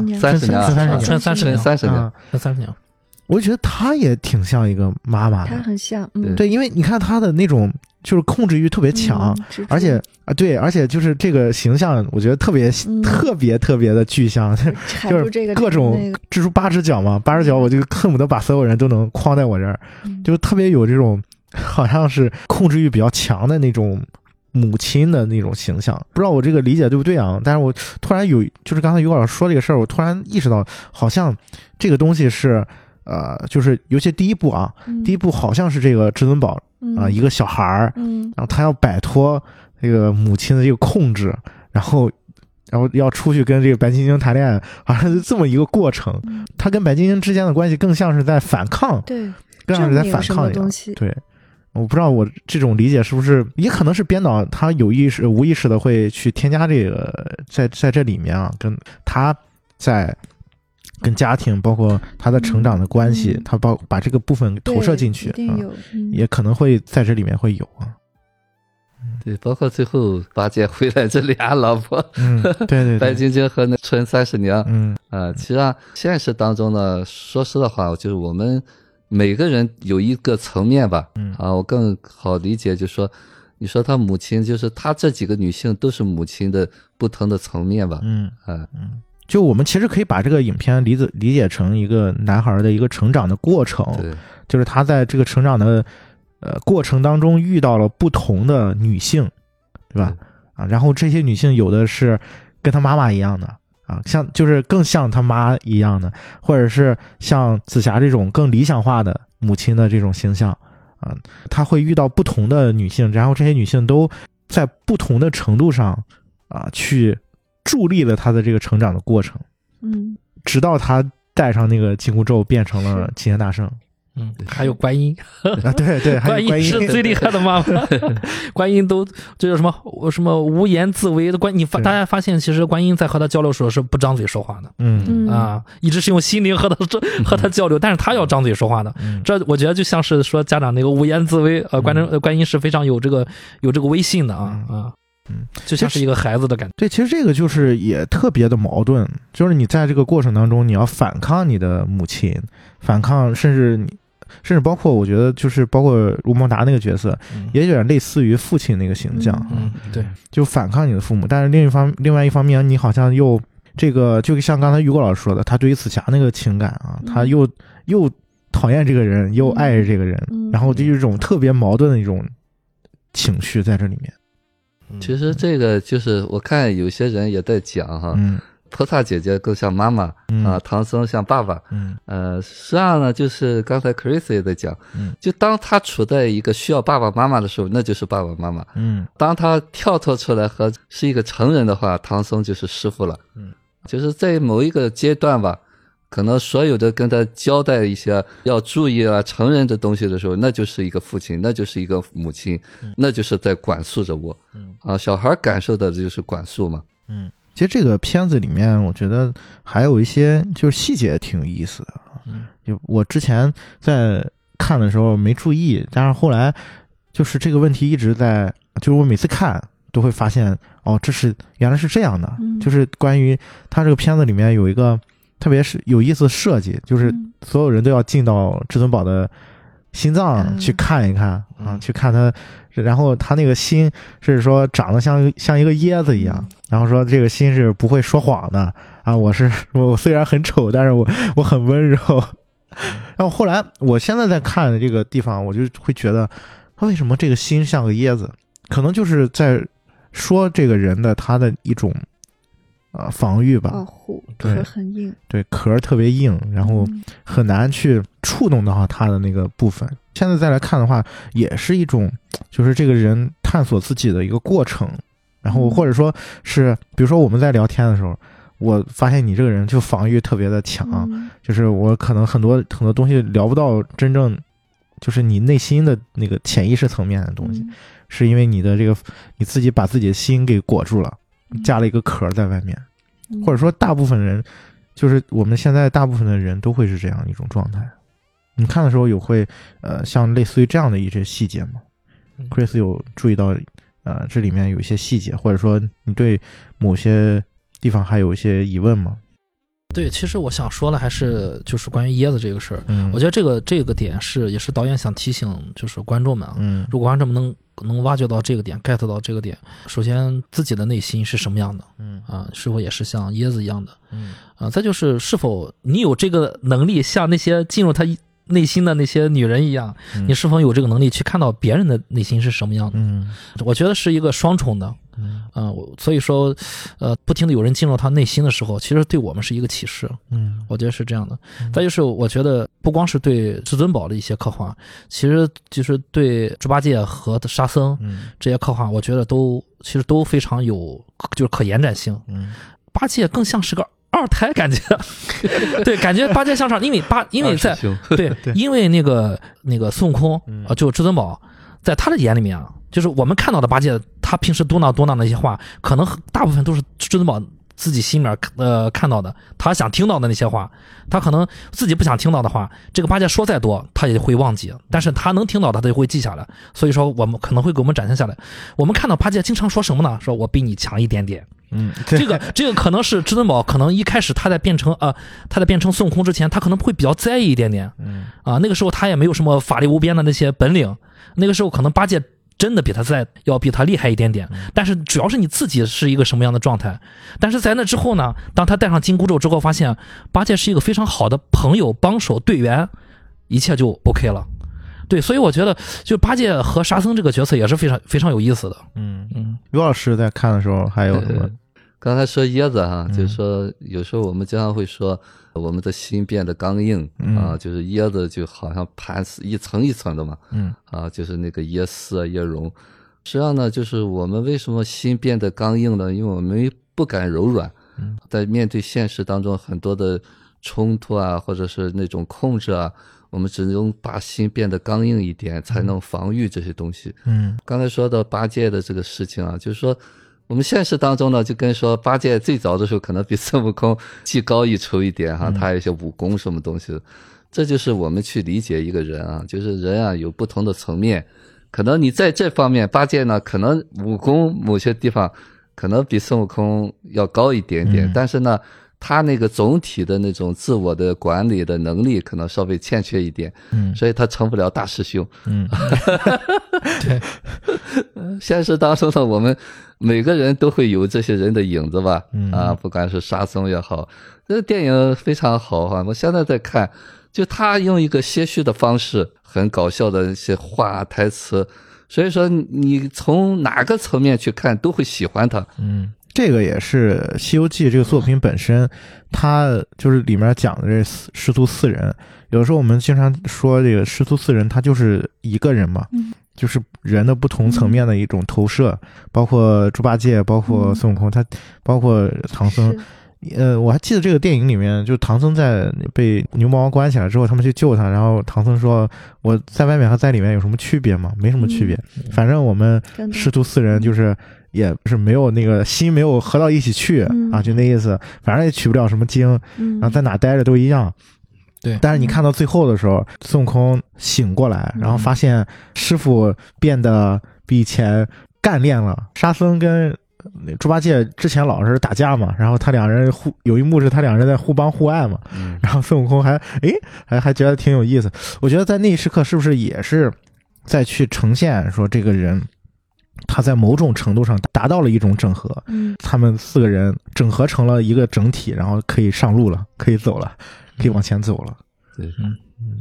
我觉得她也挺像一个妈妈的， 她很像， 对，因为你看她的那种就是控制欲特别强，而且就是这个形象，我觉得特别的具象，就是各种蜘蛛8只脚嘛，8只脚我就恨不得把所有人都能框在我这儿，就特别有这种好像是控制欲比较强的那种母亲的那种形象。不知道我这个理解对不对啊？但是我突然就是刚才于老师说这个事儿，我突然意识到，好像这个东西是就是尤其第一部第一部好像是这个至尊宝一个小孩儿，然后他要摆脱这个母亲的这个控制，然后要出去跟这个白晶晶谈恋爱，好像是这么一个过程。他跟白晶晶之间的关系更像是在反抗， 对， 更像是在反抗一样。对，我不知道我这种理解是不是，也可能是编导他有意识无意识的会去添加这个在这里面跟他在跟家庭包括他的成长的关系，他把这个部分投射进去，也可能会在这里面会有对，包括最后八戒回来这俩老婆， 对， 白晶晶和那春30娘，其实现实当中呢，说实的话，就是我们每个人有一个层面吧，我更好理解，就是说，你说他母亲，就是他这几个女性都是母亲的不同的层面吧， 就我们其实可以把这个影片理解成一个男孩的一个成长的过程，就是他在这个成长的过程当中遇到了不同的女性，对吧？然后这些女性有的是跟他妈妈一样的像就是更像他妈一样的，或者是像紫霞这种更理想化的母亲的这种形象他会遇到不同的女性，然后这些女性都在不同的程度上去助力了他的这个成长的过程，直到他戴上那个紧箍咒变成了齐天大圣。 还有观音对， 观音是最厉害的妈妈。观音都这叫什么无言自为的大家发现其实观音在和他交流的时候是不张嘴说话的，一直是用心灵和他交流，但是他要张嘴说话的，这我觉得就像是说家长那个无言自为，观音是非常有这个威信的就像是一个孩子的感觉。 对，其实这个就是也特别的矛盾，就是你在这个过程当中，你要反抗你的母亲，反抗甚至包括我觉得就是包括吴孟达那个角色，也有点类似于父亲那个形象， 对， 就反抗你的父母，但是另外一方面，你好像又这个就像刚才于果老师说的，他对于紫霞那个情感他又讨厌这个人，又爱着这个人，然后就有一种特别矛盾的一种情绪在这里面。 其实这个就是我看有些人也在讲菩萨姐姐更像妈妈唐僧像爸爸，实际上呢，就是刚才 Chris 也在讲，就当他处在一个需要爸爸妈妈的时候，那就是爸爸妈妈，当他跳脱出来和是一个成人的话，唐僧就是师傅了，就是在某一个阶段吧，可能所有的跟他交代一些要注意成人的东西的时候，那就是一个父亲，那就是一个母亲，那就是在管束着我，小孩感受的就是管束嘛， 其实这个片子里面，我觉得还有一些就是细节挺有意思的。就我之前在看的时候没注意，但是后来就是这个问题一直在，就是我每次看都会发现，原来是这样的。就是关于他这个片子里面有一个特别是有意思的设计，就是所有人都要进到至尊宝的心脏去看一看去看他，然后他那个心是说长得像一个椰子一样，然后说这个心是不会说谎的我虽然很丑，但是我很温柔。然后后来我现在在看这个地方，我就会觉得他为什么这个心像个椰子？可能就是在说这个人的他的一种防御吧， 保护，壳很硬， 对，壳特别硬，然后很难去触动到他的那个部分。现在再来看的话，也是一种就是这个人探索自己的一个过程。然后或者说是比如说我们在聊天的时候，我发现你这个人就防御特别的强，就是我可能很多东西聊不到真正就是你内心的那个潜意识层面的东西，是因为你的这个你自己把自己的心给裹住了，加了一个壳在外面。或者说大部分人，就是我们现在大部分的人都会是这样一种状态。你看的时候有会像类似于这样的一些细节吗？ Chris 有注意到这里面有一些细节，或者说你对某些地方还有一些疑问吗？ 对，其实我想说的还是就是关于椰子这个事儿。我觉得这个点也是导演想提醒就是观众们如果观众们能挖掘到这个点 get 到这个点，首先自己的内心是什么样的是否也是像椰子一样的再就是是否你有这个能力像那些进入他内心的那些女人一样，你是否有这个能力去看到别人的内心是什么样的我觉得是一个双重的所以说不停的有人进入他内心的时候，其实对我们是一个启示我觉得是这样的再就是我觉得不光是对至尊宝的一些刻画，其实就是对猪八戒和沙僧这些刻画，我觉得其实都非常有就是可延展性八戒更像是个二胎感觉对，感觉八戒像上，因为在对，因为那个孙悟空就至尊宝在他的眼里面就是我们看到的八戒他平时嘟囔那些话，可能大部分都是至尊宝自己心里面看到的，他想听到的那些话，他可能自己不想听到的话，这个八戒说再多他也会忘记，但是他能听到他就会记下来。所以说我们可能会给我们展现下来，我们看到八戒经常说什么呢？说我比你强一点点这个可能是至尊宝可能一开始他在变成孙悟空之前，他可能会比较在意一点点那个时候他也没有什么法力无边的那些本领，那个时候可能八戒真的要比他厉害一点点，但是主要是你自己是一个什么样的状态。但是在那之后呢，当他戴上紧箍咒之后，发现八戒是一个非常好的朋友、帮手、队员，一切就 OK 了。对，所以我觉得就八戒和沙僧这个角色也是非常非常有意思的。 刘老师在看的时候还有什么？ 刚才说椰子就是说有时候我们经常会说我们的心变得刚硬就是椰子就好像盘丝一层一层的嘛就是那个椰丝椰蓉。实际上呢，就是我们为什么心变得刚硬呢？因为我们不敢柔软在面对现实当中很多的冲突或者是那种控制我们只能把心变得刚硬一点，才能防御这些东西刚才说到八戒的这个事情就是说我们现实当中呢，就跟说八戒最早的时候可能比孙悟空技高一筹一点他有一些武功什么东西这就是我们去理解一个人就是人有不同的层面，可能你在这方面八戒呢可能武功某些地方可能比孙悟空要高一点点但是呢他那个总体的那种自我的管理的能力可能稍微欠缺一点所以他成不了大师兄对现实当中呢，我们每个人都会有这些人的影子吧不管是沙僧也好，这个电影非常好我现在在看，就他用一个些许的方式，很搞笑的一些话台词，所以说你从哪个层面去看都会喜欢他这个也是《西游记》这个作品本身，它就是里面讲的这师徒四人。有的时候我们经常说这个师徒四人，他就是一个人嘛，就是人的不同层面的一种投射，包括猪八戒，包括孙悟空，他包括唐僧。我还记得这个电影里面，就唐僧在被牛魔王关起来之后，他们去救他，然后唐僧说：“我在外面和在里面有什么区别吗？没什么区别，反正我们师徒四人就是也是没有那个心没有合到一起去就那意思，反正也取不了什么经，然后在哪待着都一样。” 对， 但是你看到最后的时候，孙悟空醒过来，然后发现师傅变得比以前干练了。沙僧跟猪八戒之前老是打架嘛，然后他两人有一幕是他两人在互帮互爱嘛，然后孙悟空还觉得挺有意思。我觉得在那一时刻是不是也是再去呈现说这个人他在某种程度上达到了一种整合，他们四个人整合成了一个整体，然后可以上路了，可以走了，可以往前走了。 对，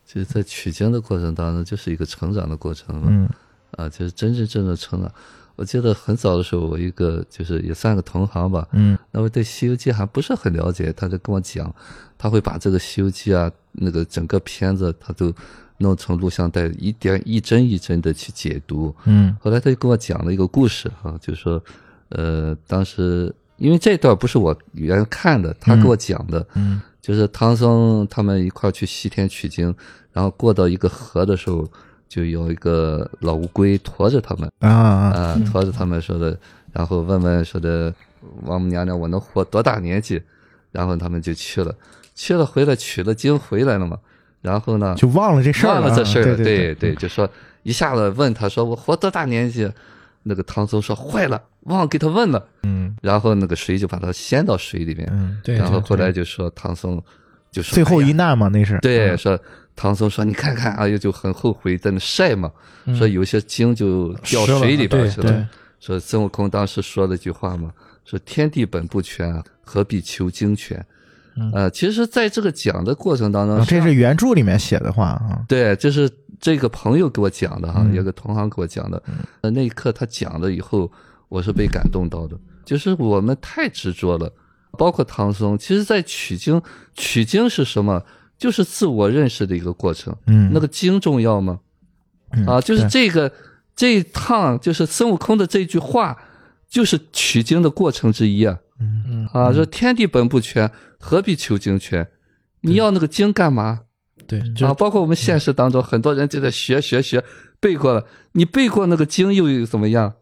就是在取经的过程当中，就是一个成长的过程嘛。就是真正的成长。我记得很早的时候，我一个就是也算个同行吧，那我对《西游记》还不是很了解，他就跟我讲，他会把这个《西游记》啊，那个整个片子他都弄成录像带，一帧一帧的去解读。后来他就跟我讲了一个故事啊，就是说，当时因为这段不是我原来看的，他给我讲的，就是唐僧他们一块去西天取经，然后过到一个河的时候，就有一个老乌龟驮着他们驮着他们说的，然后问问说的王母娘娘我能活多大年纪，然后他们就去了回来取了经回来了嘛，然后呢就忘了这事儿了， 对，就说一下子问他说我活多大年纪，那个唐僧说坏了，忘了给他问了，然后那个水就把他掀到水里面，然后后来就说唐僧就说最后一难嘛，那是对，说唐僧说你看看啊，就很后悔在那晒嘛，说有些经就掉水里边去了，说孙悟空当时说了一句话嘛，说天地本不全，何必求经全。其实在这个讲的过程当中， 这是原著里面写的话啊。 对，这是这个朋友给我讲的哈，有个同行给我讲的。那一刻他讲了以后，我是被感动到的。就是我们太执着了，包括唐僧，其实在取经是什么？就是自我认识的一个过程。那个经重要吗？就是这一趟，就是孙悟空的这句话，就是取经的过程之一啊。说天地本不全，何必求经全？你要那个经干嘛？ 对包括我们现实当中，很多人就在学背过了，你背过那个经又怎么样？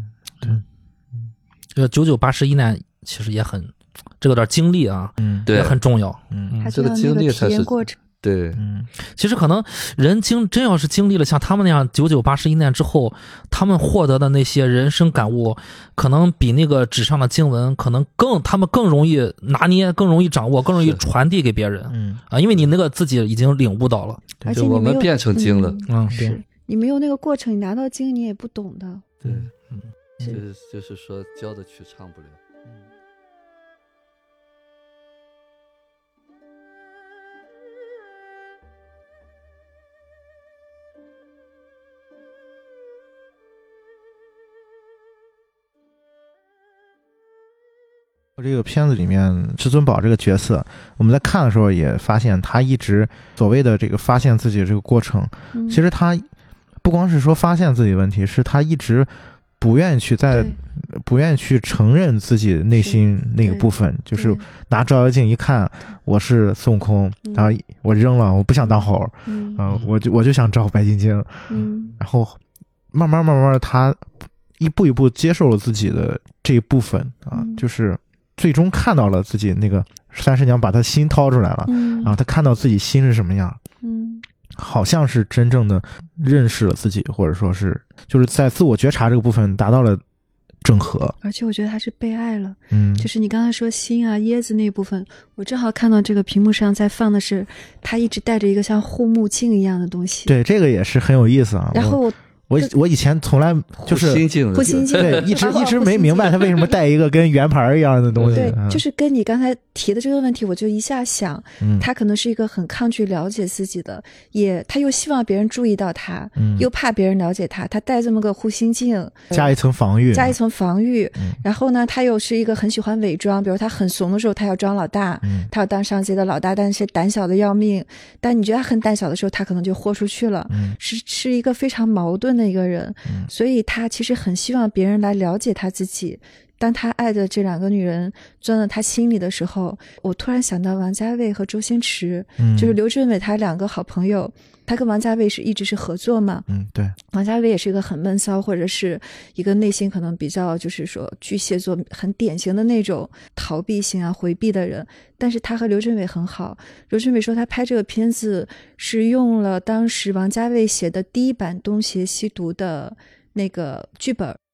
这个9981难其实也很，这个点经历啊， 对， 也很重要。 这个经历才是过程。 对， 其实可能人真要是经历了像他们那样9981难之后，他们获得的那些人生感悟，可能比那个纸上的经文可能他们更容易拿捏，更容易掌握，更容易传递给别人。因为你那个自己已经领悟到了， 而且我们变成经了。 对， 你没有那个过程，你拿到经你也不懂的。 对，就是说教的曲唱不了。 这个片子里面至尊宝这个角色，我们在看的时候也发现他一直所谓的这个发现自己的这个过程，其实他不光是说发现自己的问题，是他一直不愿意去承认自己内心那个部分，就是拿照妖镜一看，我是孙悟空，然后我扔了，我不想当猴，我就想找白晶晶，然后慢慢他一步一步接受了自己的这一部分就是最终看到了自己那个三师娘把他心掏出来了，然后他看到自己心是什么样，好像是真正的认识了自己，或者说是就是在自我觉察这个部分达到了整合。 而且我觉得他是被爱了，就是你刚才说心啊椰子那部分，我正好看到这个屏幕上在放的是他一直带着一个像护目镜一样的东西。 对，这个也是很有意思啊。 然后我以前从来就是护心镜， 对，一直没明白他为什么带一个跟圆盘一样的东西。 对，就是跟你刚才提的这个问题，我就一下想，他可能是一个很抗拒了解自己的，他又希望别人注意到他，又怕别人了解他，他戴这么个护心镜， 加一层防御， 然后呢，他又是一个很喜欢伪装，比如他很怂的时候，他要装老大，他要当上街的老大，但是胆小的要命。但你觉得他很胆小的时候，他可能就豁出去了，是一个非常矛盾的一个人，所以他其实很希望别人来了解他自己。当他爱的这两个女人钻到他心里的时候，我突然想到王家卫和周星驰，就是刘镇伟他两个好朋友，他跟王家卫一直是合作嘛， 对， 王家卫也是一个很闷骚，或者是一个内心可能比较就是说巨蟹座很典型的那种逃避型啊回避的人，但是他和刘镇伟很好。刘镇伟说他拍这个片子是用了当时王家卫写的第一版《东邪西毒》的那个剧本，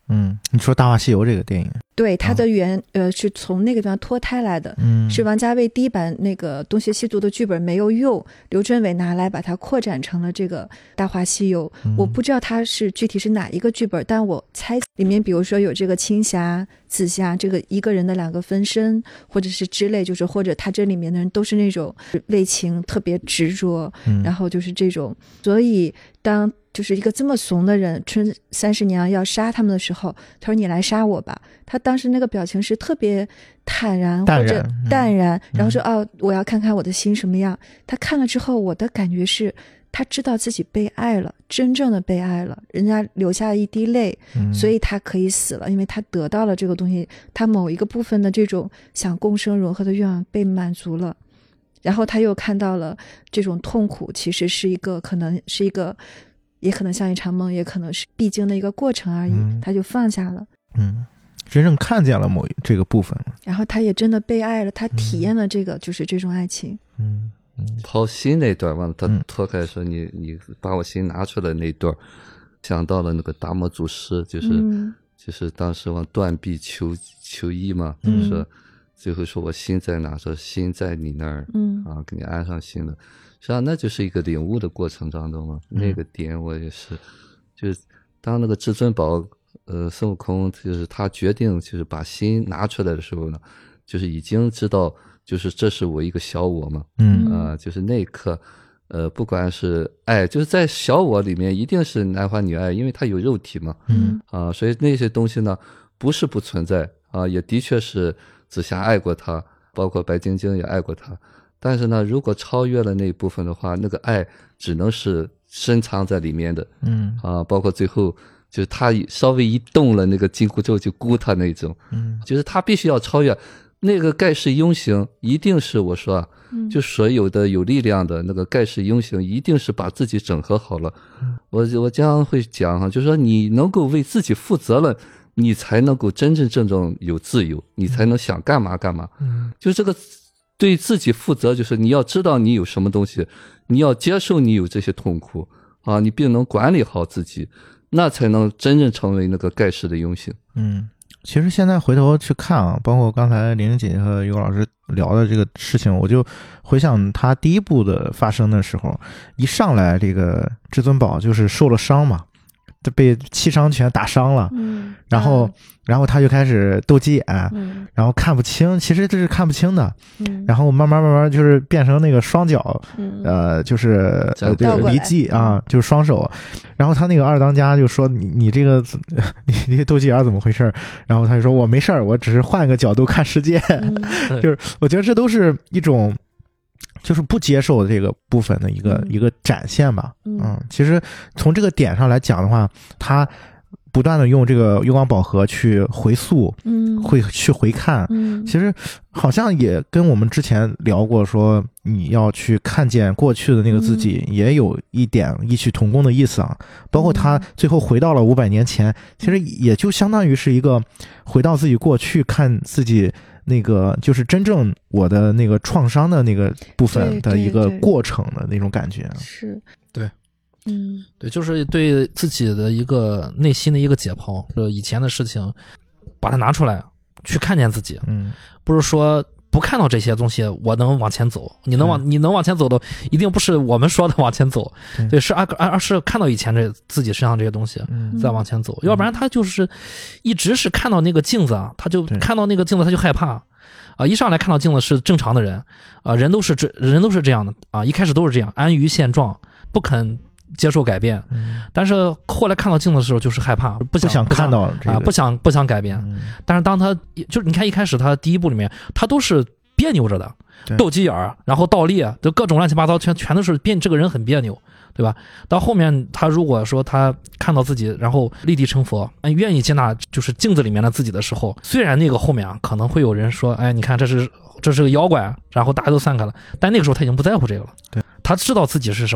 你说《大话西游》这个电影， 对，它的是从那个地方脱胎来的，是王家卫第一版那个东邪西毒的剧本没有用，刘镇伟拿来把它扩展成了这个《大话西游》。我不知道它是具体是哪一个剧本，但我猜里面比如说有这个青霞、紫霞这个一个人的2个分身，或者是之类，就是或者他这里面的人都是那种为情特别执着，然后就是这种，所以当就是一个这么怂的人，春30娘要杀他们的时候，他说你来杀我吧，他当时那个表情是特别坦然或者淡然，然后说我要看看我的心什么样。他看了之后，我的感觉是他知道自己被爱了，真正的被爱了，人家流下了一滴泪，所以他可以死了，因为他得到了这个东西，他某一个部分的这种想共生融合的愿望被满足了。然后他又看到了这种痛苦其实是一个可能是一个也可能像一场梦，也可能是必经的一个过程而已，他就放下了， 真正看见了这个部分， 然后他也真的被爱了，他体验了这个，就是这种爱情。 抛心那段嘛，他脱开说你把我心拿出来那段，想到了那个达摩祖师，就是当时往断臂求医嘛，就是说最后说我心在哪，说心在你那儿，给你安上心了。实际上那就是一个领悟的过程当中嘛，那个点我也是，就是当那个至尊宝孙悟空就是他决定就是把心拿出来的时候呢，就是已经知道就是这是我一个小我嘛，就是那一刻不管是爱，就是在小我里面一定是男欢女爱，因为他有肉体嘛，所以那些东西呢不是不存在也的确是紫霞爱过他，包括白晶晶也爱过他，但是呢如果超越了那一部分的话，那个爱只能是深藏在里面的，包括最后就是他稍微一动了那个紧箍咒就箍他那种，就是他必须要超越那个盖世英雄，一定是我说就所有的有力量的那个盖世英雄一定是把自己整合好了，我经常会讲就是说你能够为自己负责了，你才能够真正有自由，你才能想干嘛干嘛，就这个对自己负责，就是你要知道你有什么东西，你要接受你有这些痛苦你并能管理好自己，那才能真正成为那个盖世的英雄。 其实现在回头去看包括刚才玲玲姐姐和于果老师聊的这个事情，我就回想他第一部的发生的时候，一上来这个至尊宝就是受了伤嘛，就被七伤拳打伤了，然后他就开始斗鸡眼，然后看不清，其实这是看不清的，然后慢慢就是变成那个双脚，就是离技就是双手，然后他那个二当家就说你这个你斗鸡眼怎么回事，然后他就说我没事我只是换个角度看世界，就是我觉得这都是一种就是不接受这个部分的一个展现吧，其实从这个点上来讲的话，他不断的用这个月光宝盒去回溯，会去回看，其实好像也跟我们之前聊过说你要去看见过去的那个自己，也有一点异曲同工的意思包括他最后回到了500年前，其实也就相当于是一个回到自己过去看自己那个就是真正我的那个创伤的那个部分的一个过程的那种感觉， 是对。对，就是对自己的一个内心的一个解剖，以前的事情把它拿出来去看见自己，不是说不看到这些东西我能往前走，你能往前走的一定不是我们说的往前走，对，是而是看到以前自己身上这些东西再往前走，要不然他就是一直是看到那个镜子他就看到那个镜子他就害怕一上来看到镜子是正常的人人都是这样的一开始都是这样安于现状，不肯接受改变，但是后来看到镜子的时候就是害怕，不想看到不想改变，但是当他就是你看一开始他第一部里面他都是别扭着的，斗鸡眼然后倒立就各种乱七八糟全都是这个人很别扭，对吧？到后面他如果说他看到自己然后立地成佛，愿意接纳就是镜子里面的自己的时候，虽然那个后面可能会有人说你看这是个妖怪，然后大家都散开了，但那个时候他已经不在乎这个了，对，他知道自己是什么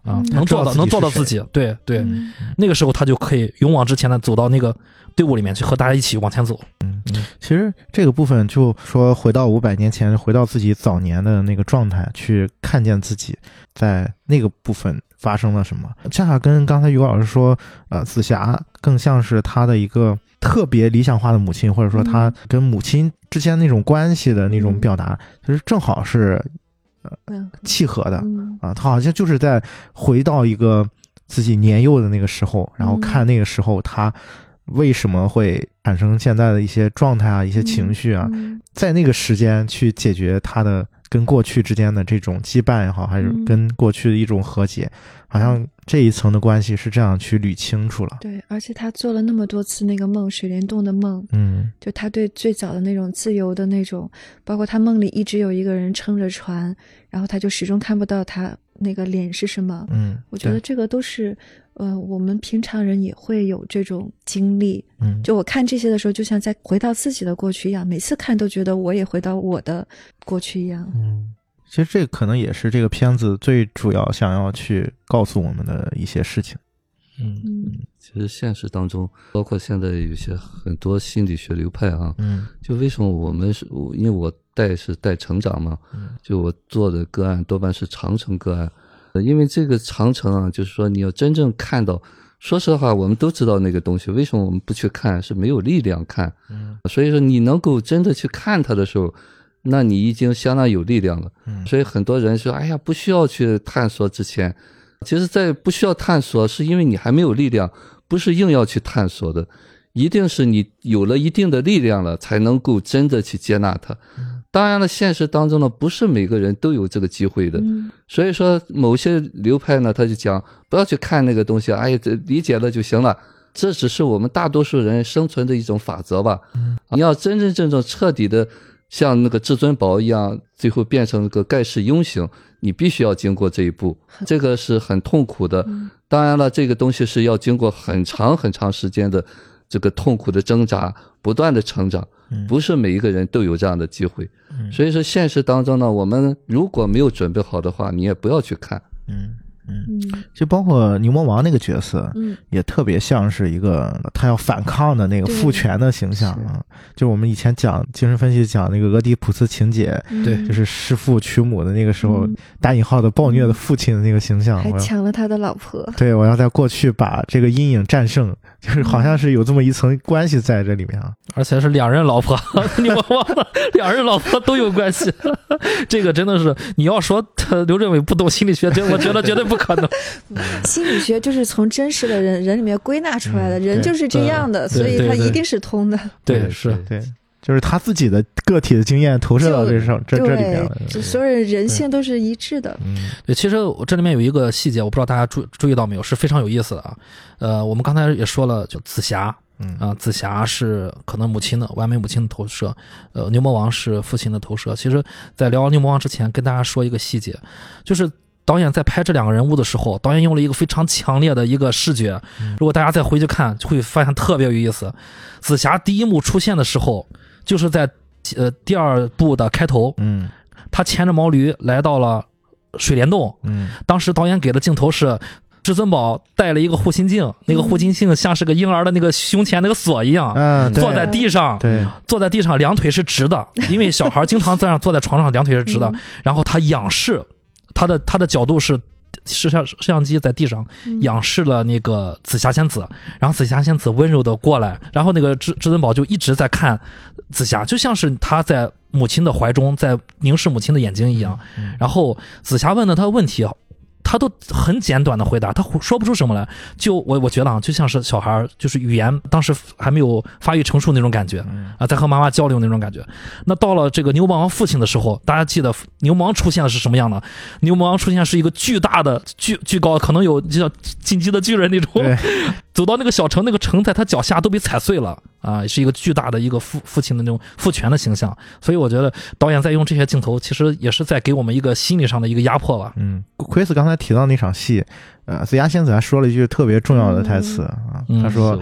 啊，能做到自己，对对，那个时候他就可以勇往直前的走到那个队伍里面去，和大家一起往前走。 其实这个部分就说回到500年前，回到自己早年的那个状态，去看见自己在那个部分发生了什么。恰恰跟刚才于果老师说，紫霞更像是他的一个特别理想化的母亲，或者说他跟母亲之间那种关系的那种表达，就是正好是契合的啊。他好像就是在回到一个自己年幼的那个时候，然后看那个时候他为什么会产生现在的一些状态啊，一些情绪啊，在那个时间去解决他的跟过去之间的这种羁绊也好，还是跟过去的一种和解，好像这一层的关系是这样去捋清楚了。 对，而且他做了那么多次那个梦，水帘洞的梦，就他对最早的那种自由的那种，包括他梦里一直有一个人撑着船，然后他就始终看不到他那个脸是什么。我觉得这个都是我们平常人也会有这种经历。就我看这些的时候，就像在回到自己的过去一样，每次看都觉得我也回到我的过去一样。 其实这可能也是这个片子最主要想要去告诉我们的一些事情。 其实现实当中，包括现在有些很多心理学流派啊，就为什么我们是因为我带成长嘛，就我做的个案多半是长程个案，因为这个长程啊，就是说你要真正看到，说实话我们都知道那个东西，为什么我们不去看？是没有力量看。所以说你能够真的去看它的时候，那你已经相当有力量了。所以很多人说，哎呀，不需要去探索之前，其实在不需要探索是因为你还没有力量，不是硬要去探索的，一定是你有了一定的力量了才能够真的去接纳它。当然了，现实当中呢，不是每个人都有这个机会的。所以说某些流派呢，他就讲不要去看那个东西，哎呀，理解了就行了，这只是我们大多数人生存的一种法则吧。你要真正彻底的像那个至尊宝一样，最后变成那个盖世英雄，你必须要经过这一步，这个是很痛苦的。当然了，这个东西是要经过很长很长时间的这个痛苦的挣扎，不断的成长，不是每一个人都有这样的机会。所以说现实当中呢，我们如果没有准备好的话，你也不要去看。 就包括牛魔王那个角色，也特别像是一个他要反抗的那个父权的形象啊。就我们以前讲精神分析讲那个俄狄浦斯情节，对，就是弑父娶母的那个时候，打引号的暴虐的父亲的那个形象， 还抢了他的老婆。 对，我要在过去把这个阴影战胜，就是好像是有这么一层关系在这里面啊。 而且是两人老婆，牛魔王两人老婆都有关系。这个真的是，你要说刘镇伟不懂心理学，我觉得绝对不可能。 心理学就是从真实的人里面归纳出来的，人就是这样的，所以他一定是通的。 对，是， 对，就是他自己的个体的经验投射到这里面了。 所有人性都是一致的。 对，其实这里面有一个细节，我不知道大家注意到没有，是非常有意思的啊。我们刚才也说了，就紫霞。紫霞是可能母亲的完美母亲的投射，牛魔王是父亲的投射。其实在聊牛魔王之前跟大家说一个细节，就是导演在拍这两个人物的时候，导演用了一个非常强烈的一个视觉，如果大家再回去看会发现特别有意思。紫霞第一幕出现的时候就是在第二部的开头，他牵着毛驴来到了水帘洞，当时导演给的镜头是至尊宝戴了一个护心镜，那个护心镜像是个婴儿的那个胸前那个锁一样，坐在地上，坐在地上，两腿是直的，因为小孩经常这样坐在床上，两腿是直的。然后他仰视，他的角度是摄像机在地上仰视了那个紫霞仙子，然后紫霞仙子温柔的过来，然后那个至尊宝就一直在看紫霞，就像是他在母亲的怀中，在凝视母亲的眼睛一样。然后紫霞问了他问题，他都很简短的回答，他说不出什么来。就我觉得啊，就像是小孩，就是语言当时还没有发育成熟那种感觉啊，在和妈妈交流那种感觉。那到了这个牛魔王父亲的时候，大家记得牛魔王出现的是什么样的？牛魔王出现是一个巨大的巨高，可能有就像进击的巨人那种，走到那个小城，那个城在他脚下都被踩碎了啊，是一个巨大的一个父亲的那种父权的形象。所以我觉得导演在用这些镜头，其实也是在给我们一个心理上的一个压迫吧。 奎斯刚才提到那场戏，紫霞仙子还说了一句特别重要的台词啊，他说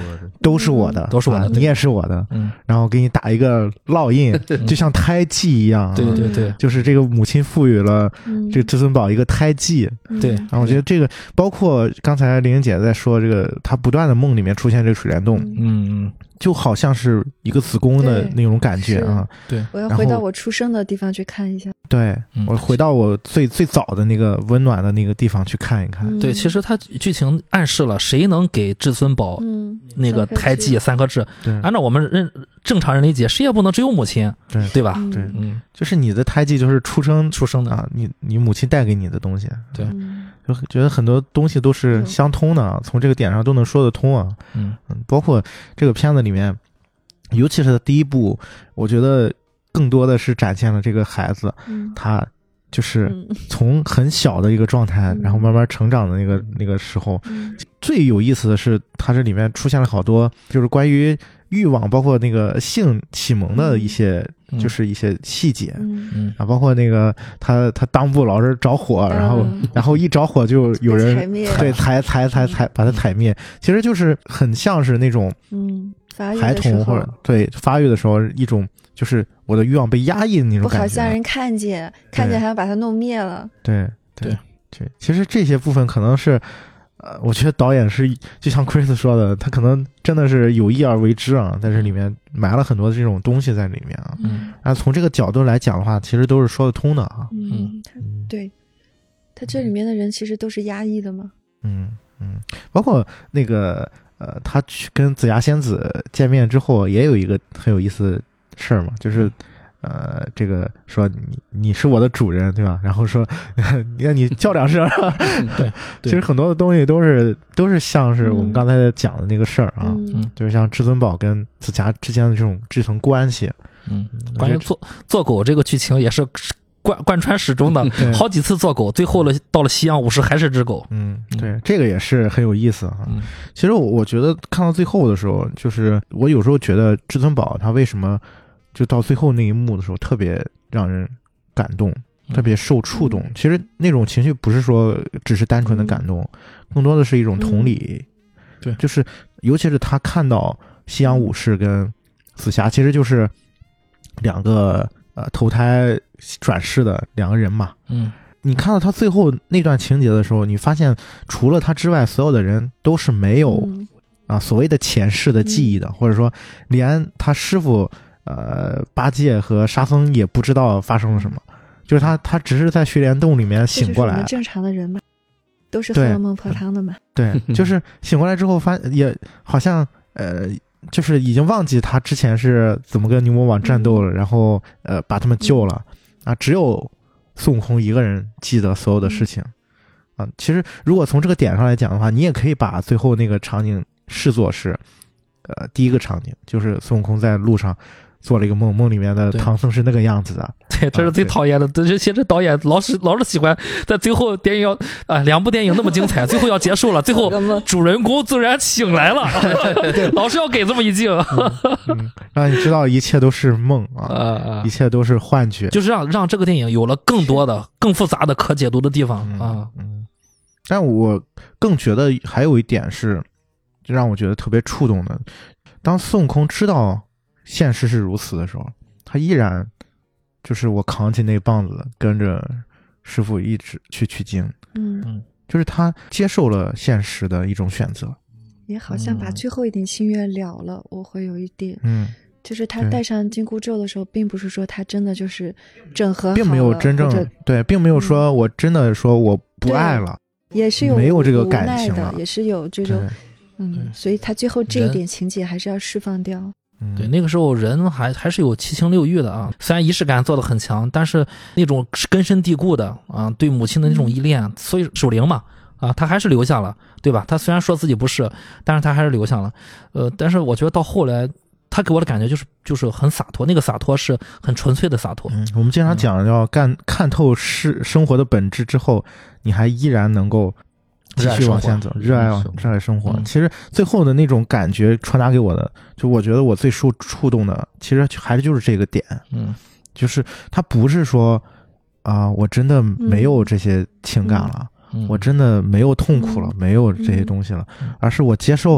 都是我的， 都是我的， 你也是我的，然后给你打一个烙印，就像胎记一样， 对对对， 就是这个母亲赋予了这个至尊宝一个胎记， 对。 然后我觉得这个包括刚才玲玲姐在说这个，她不断的梦里面出现这个水帘洞，就好像是一个子宫的那种感觉啊。 对， 我要回到我出生的地方去看一下。 对，我回到我最早的那个温暖的那个地方去看一看。 对，其实它剧情暗示了谁能给至尊宝那个胎记3颗痣，按照我们正常人理解，谁也不能只有母亲，对吧？ 对，就是你的胎记就是出生的啊，你母亲带给你的东西。 对， 就觉得很多东西都是相通的，从这个点上都能说得通啊。包括这个片子里面，尤其是第一部，我觉得更多的是展现了这个孩子，他就是从很小的一个状态，然后慢慢成长的那个时候。最有意思的是，他这里面出现了好多就是关于欲望，包括那个性启蒙的一些，就是一些细节，啊，包括那个他裆部老是着火，然后一着火就有人对踩把它踩灭，其实就是很像是那种孩童或者对发育的时候一种就是我的欲望被压抑的那种感觉， 不好像人看见还要把它弄灭了。 对，其实这些部分可能是。我觉得导演是就像 Chris 说的，他可能真的是有意而为之啊，在这里面埋了很多这种东西在里面啊。从这个角度来讲的话，其实都是说得通的啊。 对，他这里面的人其实都是压抑的嘛。 包括那个他去跟紫霞仙子见面之后，也有一个很有意思的事儿嘛，就是这个说你是我的主人，对吧？然后说你叫两声。 对， 其实很多的东西都是像是我们刚才讲的那个事儿啊，就是像至尊宝跟紫霞之间的这层关系。 关于做狗这个剧情也是贯穿始终的，好几次做狗，最后到了西洋武士还是只狗。 对，这个也是很有意思啊。其实我觉得看到最后的时候，就是我有时候觉得至尊宝他为什么就到最后那一幕的时候特别让人感动，特别受触动。其实那种情绪不是说只是单纯的感动，更多的是一种同理。 对， 就是尤其是他看到西洋武士跟紫霞其实就是两个投胎转世的两个人嘛。你看到他最后那段情节的时候，你发现除了他之外，所有的人都是没有所谓的前世的记忆的，或者说连他师傅八戒和沙僧也不知道发生了什么，就是他只是在血帘洞里面醒过来。 我们正常的人嘛，都是喝了孟婆汤的嘛。 对，就是醒过来之后也好像就是已经忘记他之前是怎么跟牛魔王战斗了，然后把他们救了啊，只有孙悟空一个人记得所有的事情啊。其实如果从这个点上来讲的话，你也可以把最后那个场景视作是第一个场景，就是孙悟空在路上做了一个梦，梦里面的唐僧是那个样子的。 对，这是最讨厌的。这导演老是喜欢在最后电影两部电影那么精彩，最后要结束了，最后主人公突然醒来了，老是要给这么一镜， 让你知道一切都是梦一切都是幻觉， 就是让这个电影有了更多的、更复杂的可解读的地方啊。 但我更觉得还有一点是，就让我觉得特别触动的，当孙悟空知道现实是如此的时候，他依然就是我扛起那棒子跟着师傅一直去取经。就是他接受了现实的一种选择， 也好像把最后一点心愿了了。我会有一点就是他戴上紧箍咒的时候，并不是说他真的就是整合好了， 并没有真正并没有说我真的说我不爱了， 也是有没有这个感情的，也是有这种所以他最后这一点情节还是要释放掉。 对，那个时候人还是有七情六欲的啊，虽然仪式感做得很强，但是那种根深蒂固的对母亲的那种依恋，所以守灵嘛他还是留下了，对吧？他虽然说自己不是，但是他还是留下了。但是我觉得到后来，他给我的感觉就是很洒脱，那个洒脱是很纯粹的洒脱。 我们经常讲要看透生活的本质之后，你还依然能够继续往前走，热爱生活。其实最后的那种感觉传达给我的，就我觉得我最受触动的，其实还是就是这个点。就是他不是说我真的没有这些情感了，我真的没有痛苦了，没有这些东西了，而是我接受了，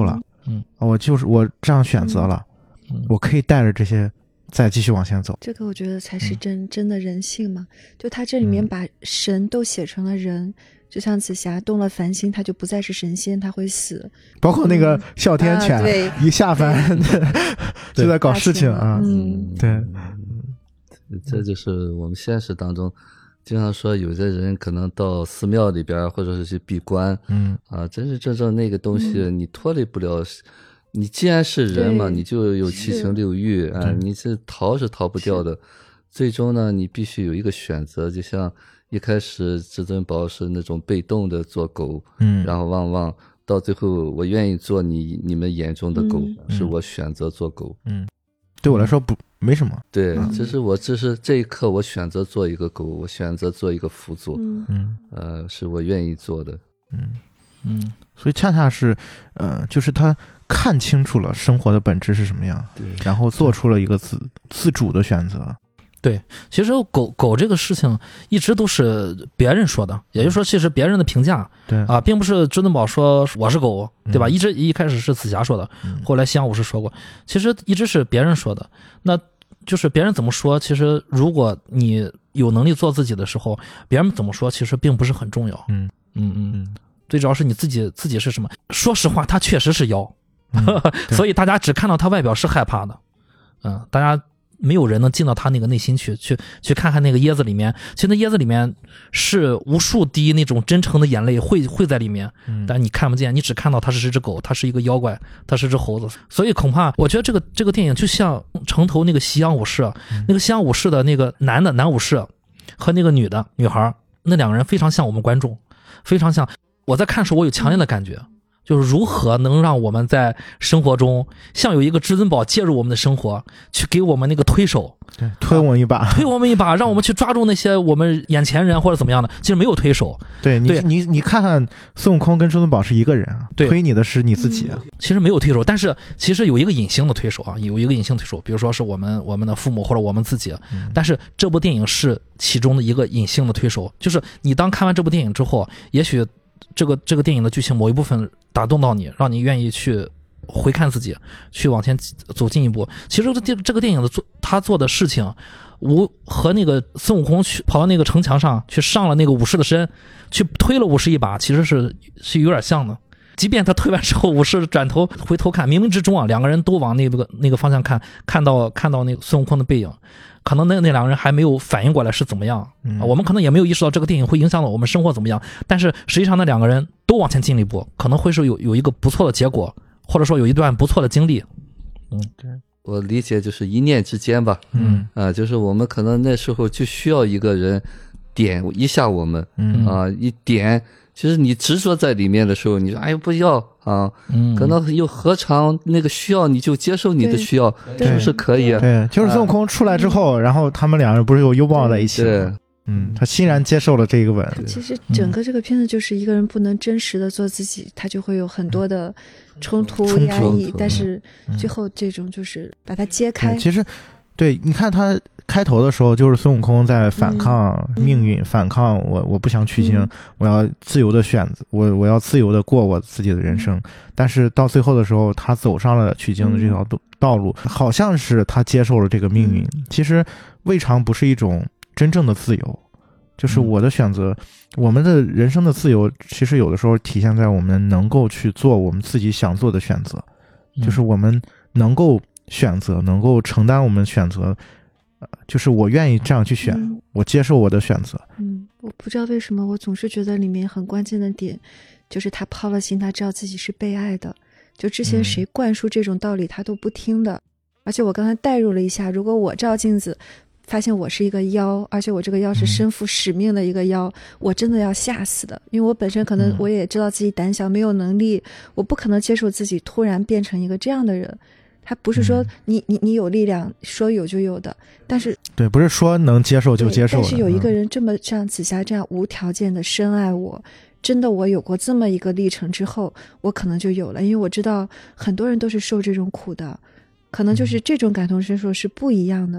我这样选择了，我可以带着这些再继续往前走。 这个我觉得才是真的人性嘛。就他这里面把神都写成了人，就像紫霞动了凡心，他就不再是神仙，他会死。 包括那个哮天犬，一下凡就在搞事情啊。对， 这就是我们现实当中经常说，有的人可能到寺庙里边或者是去闭关，真是真正那个东西你脱离不了。你既然是人嘛，你就有七情六欲啊，你是逃不掉的。最终呢，你必须有一个选择，就像一开始至尊宝是那种被动的做狗，然后汪，到最后我愿意做你们眼中的狗，是我选择做狗。 对我来说没什么。 对，这是这一刻我选择做一个狗，我选择做一个辅佐，是我愿意做的。 所以恰恰是就是他看清楚了生活的本质是什么样，然后做出了一个自主的选择。 对，其实狗这个事情一直都是别人说的，也就是说其实别人的评价， 对啊，并不是至尊宝说我是狗，对吧？一开始是紫霞说的，后来西洋武士说过，其实一直是别人说的。那就是别人怎么说，其实如果你有能力做自己的时候，别人怎么说其实并不是很重要。最主要是你自己是什么。说实话，他确实是妖，所以大家只看到他外表是害怕的，大家没有人能进到他那个内心去看看那个椰子里面，其实那椰子里面是无数滴那种真诚的眼泪会在里面，但你看不见，你只看到它是只狗，它是一个妖怪，它是只猴子。所以恐怕我觉得这个电影就像城头那个西洋武士，那个西洋武士的那个男武士和那个女孩，那两个人非常像我们观众，非常像。我在看的时候我有强烈的感觉，就是如何能让我们在生活中像有一个至尊宝介入我们的生活，去给我们那个推手， 推我们一把， 让我们去抓住那些我们眼前人或者怎么样的。其实没有推手。 对，你看看孙悟空跟至尊宝是一个人啊，推你的是你自己啊。 其实没有推手，但是其实有一个隐形的推手啊，有一个隐形推手，比如说是我们的父母或者我们自己。但是这部电影是其中的一个隐性的推手，就是你当看完这部电影之后，也许这个电影的剧情某一部分打动到你，让你愿意去回看自己，去往前走进一步。其实这个电影他做的事情，和那个孙悟空去跑到那个城墙上去上了那个武士的身，去推了武士一把，其实是有点像的。即便他推完之后，武士转头回头看，冥冥之中啊，两个人都往那个方向看到那个孙悟空的背影。可能那两个人还没有反应过来是怎么样，我们可能也没有意识到这个电影会影响到我们生活怎么样，但是实际上那两个人都往前进了一步，可能会是有一个不错的结果，或者说有一段不错的经历。 对，我理解就是一念之间吧。就是我们可能那时候就需要一个人点一下我们，一点。其实你执着在里面的时候，你说哎呦不要啊，可能又何尝那个需要你就接受你的需要，是不是可以？ 对，就是孙悟空出来之后，然后他们两人不是又拥抱在一起吗？他欣然接受了这个吻。 其实整个这个片子就是一个人不能真实的做自己，他就会有很多的冲突压抑，但是最后这种就是把它揭开。 其实对，你看他开头的时候就是孙悟空在反抗命运，反抗我不想取经，我要自由的选择，我要自由的过我自己的人生。但是到最后的时候，他走上了取经的这条道路，好像是他接受了这个命运。其实未尝不是一种真正的自由，就是我的选择，我们的人生的自由，其实有的时候体现在我们能够去做我们自己想做的选择，就是我们能够选择，能够承担我们选择，就是我愿意这样去选，我接受我的选择。 我不知道为什么，我总是觉得里面很关键的点，就是他抛了心，他知道自己是被爱的。就之前谁灌输这种道理，他都不听的。而且我刚才代入了一下，如果我照镜子发现我是一个妖，而且我这个妖是身负使命的一个妖，我真的要吓死的。因为我本身可能我也知道自己胆小，没有能力，我不可能接受自己突然变成一个这样的人。他不是说你有力量说有就有的，但是对，不是说能接受就接受的。 但是有一个人这么像紫霞这样无条件的深爱我，真的我有过这么一个历程之后，我可能就有了。因为我知道很多人都是受这种苦的，可能就是这种感同身受是不一样的。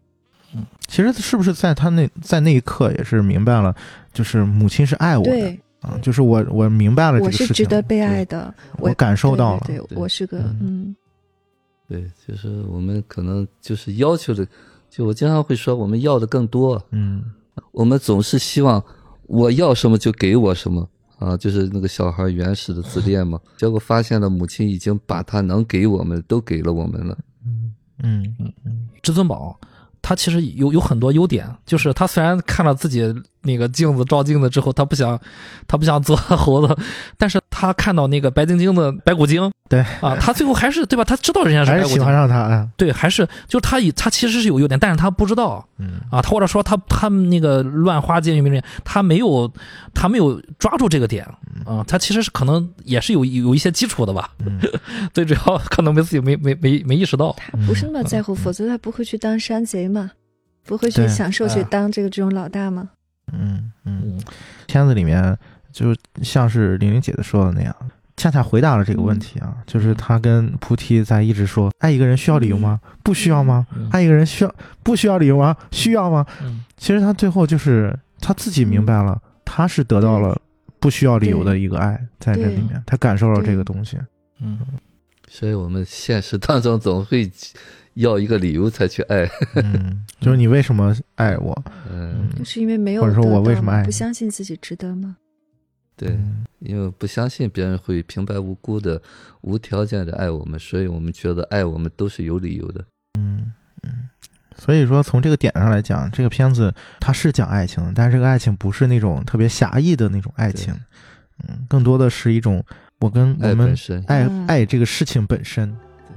其实是不是在那一刻也是明白了，就是母亲是爱我的。 就是我明白了这个事情， 我是值得被爱的， 我感受到了， 对，我是个对，就是我们可能就是要求的，就我经常会说我们要的更多，我们总是希望我要什么就给我什么啊，就是那个小孩原始的自恋嘛，结果发现了母亲已经把他能给我们都给了我们了。 至尊宝他其实有很多优点，就是他虽然看了自己那个镜子照镜子之后，他不想做猴子，但是他看到那个白晶晶的白骨精， 对啊，他最后还是对吧？他知道人家是白骨精， 还是喜欢上他， 对，还是就他其实是有优点，但是他不知道，他或者说他们那个乱花渐欲迷人，他没有抓住这个点啊，他其实是可能也是有一些基础的吧，最主要可能自己没意识到， 他不是那么在乎，否则他不会去当山贼嘛，不会去享受去当这种老大嘛。 片子里面就像是玲玲姐姐说的那样，恰恰回答了这个问题啊，就是他跟菩提在一直说，爱一个人需要理由吗？不需要吗？爱一个人不需要理由吗？需要吗？其实他最后就是他自己明白了，他是得到了不需要理由的一个爱，在这里面他感受了这个东西。 所以我们现实当中总会要一个理由才去爱。 就是你为什么爱我？ 就是因为没有， 或者说我为什么爱你？ 不相信自己值得吗？ 对，因为不相信别人会平白无故的无条件的爱我们，所以我们觉得爱我们都是有理由的。 所以说从这个点上来讲，这个片子它是讲爱情，但是这个爱情不是那种特别狭义的那种爱情，更多的是一种我们爱这个事情本身。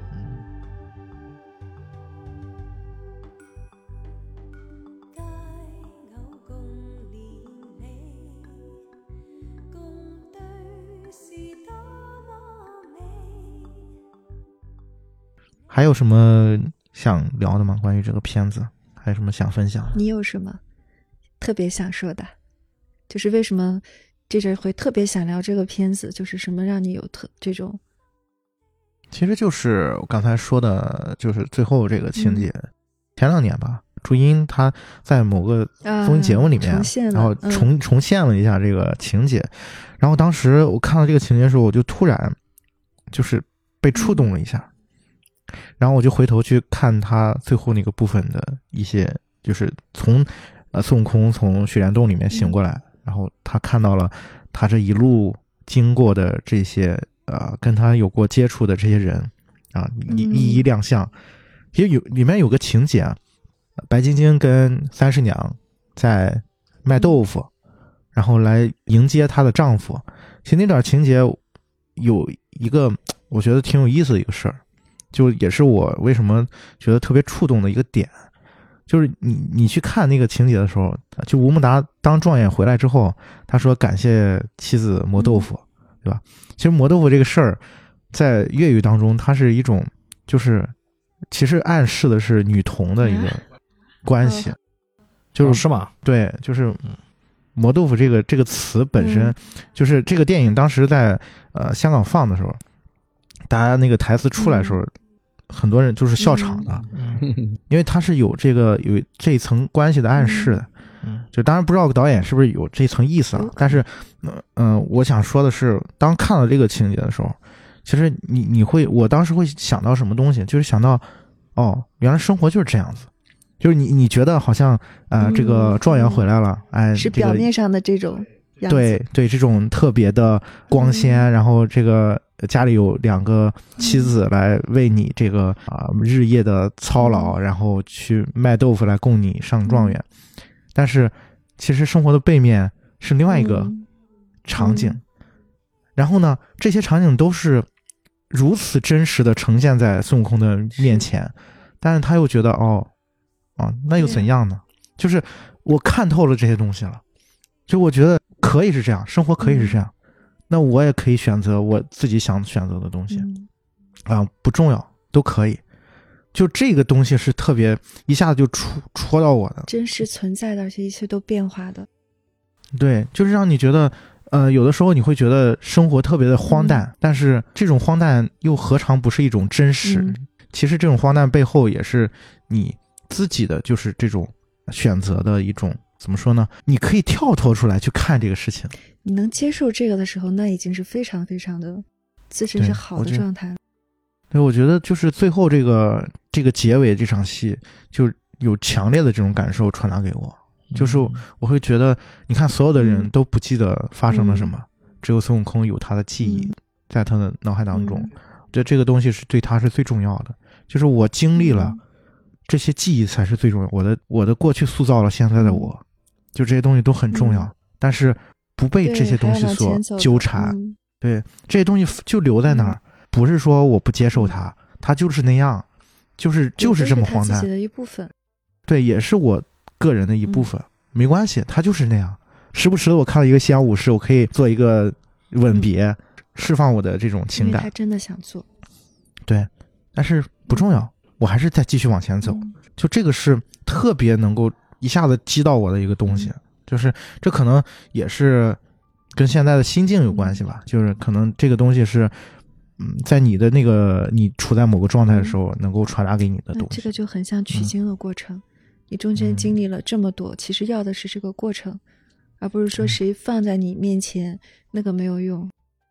还有什么想聊的吗？关于这个片子还有什么想分享的？ 你有什么特别想说的？就是为什么这阵会特别想聊这个片子，就是什么让你有这种？ 其实就是我刚才说的，就是最后这个情节，前2年吧，朱茵她在某个综艺节目里面，然后重现了一下这个情节，然后当时我看到这个情节的时候，我就突然就是被触动了一下。然后我就回头去看他最后那个部分的一些，就是从孙悟空从血帘洞里面醒过来，然后他看到了他这一路经过的这些跟他有过接触的这些人啊，一一亮相。其实里面有个情节啊，白晶晶跟三师娘在卖豆腐，然后来迎接她的丈夫。其实那段情节有一个我觉得挺有意思的一个事儿。就也是我为什么觉得特别触动的一个点，就是你去看那个情节的时候，就吴孟达当状元回来之后，他说感谢妻子磨豆腐，对吧？其实磨豆腐这个事儿，在粤语当中，它是一种就是其实暗示的是女童的一个关系， 是吗？ 对，就是磨豆腐这个词本身，就是这个电影当时在香港放的时候，大家那个台词出来的时候。很多人就是笑场的，因为他是有这一层关系的暗示的，就当然不知道导演是不是有这层意思啊，但是我想说的是，当看到这个情节的时候，其实我当时会想到什么东西，就是想到原来生活就是这样子，就是你觉得好像这个状元回来了， 是表面上的这种样子， 对这种特别的光鲜，然后这个家里有2个妻子来为你这个日夜的操劳，然后去卖豆腐来供你上状元，但是其实生活的背面是另外一个场景，然后呢这些场景都是如此真实的呈现在孙悟空的面前，但是他又觉得那又怎样呢？就是我看透了这些东西了，就我觉得可以是这样，生活可以是这样，那我也可以选择我自己想选择的东西，不重要，都可以。就这个东西是特别一下子就戳到我的， 真实存在的，而且一切都变化的。 对，就是让你觉得，有的时候你会觉得生活特别的荒诞，但是这种荒诞又何尝不是一种真实？其实这种荒诞背后也是你自己的，就是这种选择的一种怎么说呢？你可以跳脱出来去看这个事情。 你能接受这个的时候，那已经是非常非常的自身是好的状态了。 对，我觉得就是最后这个结尾这场戏，就有强烈的这种感受传达给我，就是我会觉得，你看所有的人都不记得发生了什么，只有孙悟空有他的记忆在他的脑海当中。我觉得这个东西是对他是最重要的，就是我经历了这些记忆才是最重要。我的过去塑造了现在的我，就这些东西都很重要，但是不被这些东西所纠缠。对，这些东西就留在那儿。不是说我不接受它就是那样，就是这么荒诞。 自己的一部分。 对，也是我个人的一部分，没关系，它就是那样。时不时的我看到一个西洋武士，我可以做一个吻别，释放我的这种情感。 他真的想做。 对，但是不重要，我还是再继续往前走。就这个是特别能够一下子击到我的一个东西，就是这可能也是跟现在的心境有关系吧，就是可能这个东西是在你的那个你处在某个状态的时候能够传达给你的东西。 这个就很像取经的过程，你中间经历了这么多，其实要的是这个过程，而不是说谁放在你面前那个没有用。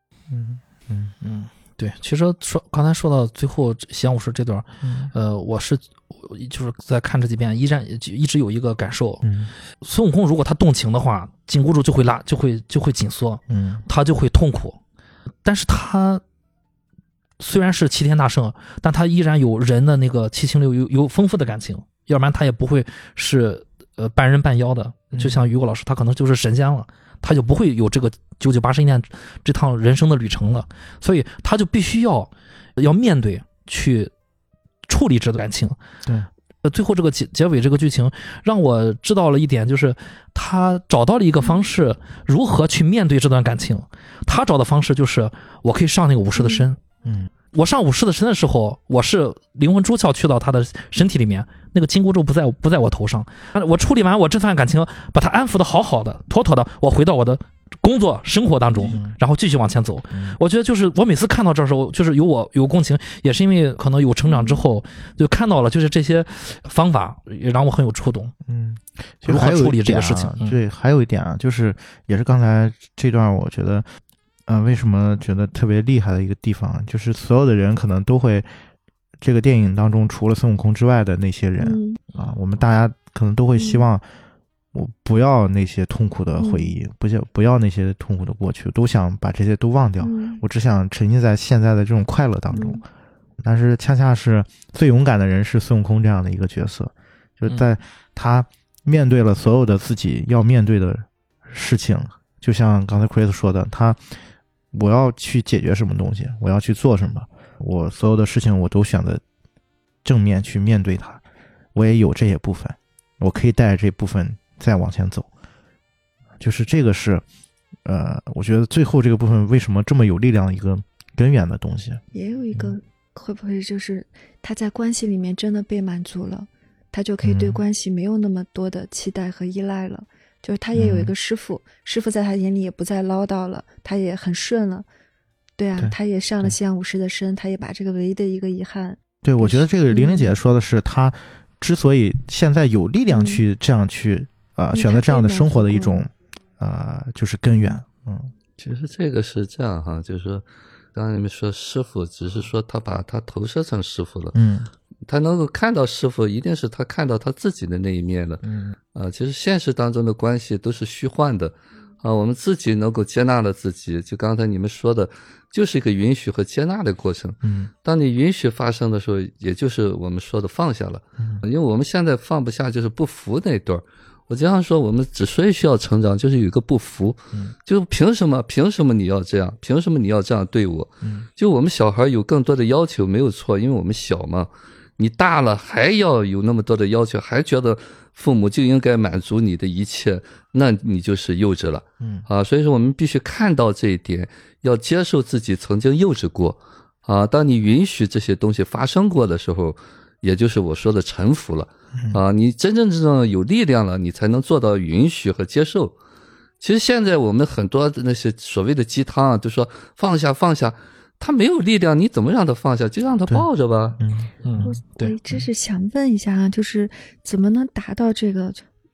对，其实刚才说到最后西洋武士这段，我就是在看这几遍，一直有一个感受，孙悟空如果他动情的话，紧箍咒就会紧缩，他就会痛苦，但是他虽然是齐天大圣，但他依然有人的那个七情六欲，有丰富的感情，要不然他也不会是半人半妖的。就像于果老师，他可能就是神仙了，他就不会有这个9981年这趟人生的旅程了，所以他就必须要面对去处理这段感情。 对， 最后这个结尾这个剧情让我知道了一点，就是他找到了一个方式如何去面对这段感情。他找的方式就是我可以上那个武士的身。我上武士的身的时候，我是灵魂出窍去到他的身体里面，那个紧箍咒不在我头上。我处理完我这段感情，把他安抚的好好的、妥妥的，我回到我的工作生活当中，然后继续往前走。我觉得就是我每次看到这时候，就是有共情，也是因为可能有成长之后，就看到了就是这些方法，也让我很有触动。如何处理这个事情？ 对，还有一点啊，就是也是刚才这段，我觉得。为什么觉得特别厉害的一个地方，就是所有的人可能都会，这个电影当中除了孙悟空之外的那些人我们大家可能都会希望我不要那些痛苦的回忆，不要那些痛苦的过去，都想把这些都忘掉，我只想沉浸在现在的这种快乐当中。但是恰恰是最勇敢的人是孙悟空这样的一个角色，就是在他面对了所有的自己要面对的事情，就像刚才 Chris 说的，我要去解决什么东西，我要去做什么，我所有的事情我都选择正面去面对它，我也有这些部分，我可以带着这部分再往前走。就是这个是我觉得最后这个部分为什么这么有力量的一个根源的东西。 也有一个会不会就是他在关系里面真的被满足了，他就可以对关系没有那么多的期待和依赖了，就是他也有一个师傅在他眼里也不再唠叨了，他也很顺了。对啊，他也上了西洋武士的身，他也把这个唯一的一个遗憾。 对，我觉得这个玲玲姐说的是他之所以现在有力量去这样去选择这样的生活的一种就是根源。 其实这个是这样哈，就是说刚才你们说师傅只是说他把他投射成师傅了，他能够看到师傅，一定是他看到他自己的那一面了。其实现实当中的关系都是虚幻的我们自己能够接纳了自己，就刚才你们说的，就是一个允许和接纳的过程。当你允许发生的时候，也就是我们说的放下了。因为我们现在放不下，就是不服那段。我经常说，我们之所以需要成长，就是有一个不服，就凭什么你要这样，凭什么你要这样对我？就我们小孩有更多的要求没有错，因为我们小嘛。你大了还要有那么多的要求，还觉得父母就应该满足你的一切，那你就是幼稚了。所以说我们必须看到这一点，要接受自己曾经幼稚过当你允许这些东西发生过的时候，也就是我说的臣服了你真正有力量了，你才能做到允许和接受。其实现在我们很多的那些所谓的鸡汤都说放下放下，他没有力量，你怎么让他放下？就让他抱着吧。 我一直是想问一下就是怎么能达到这个？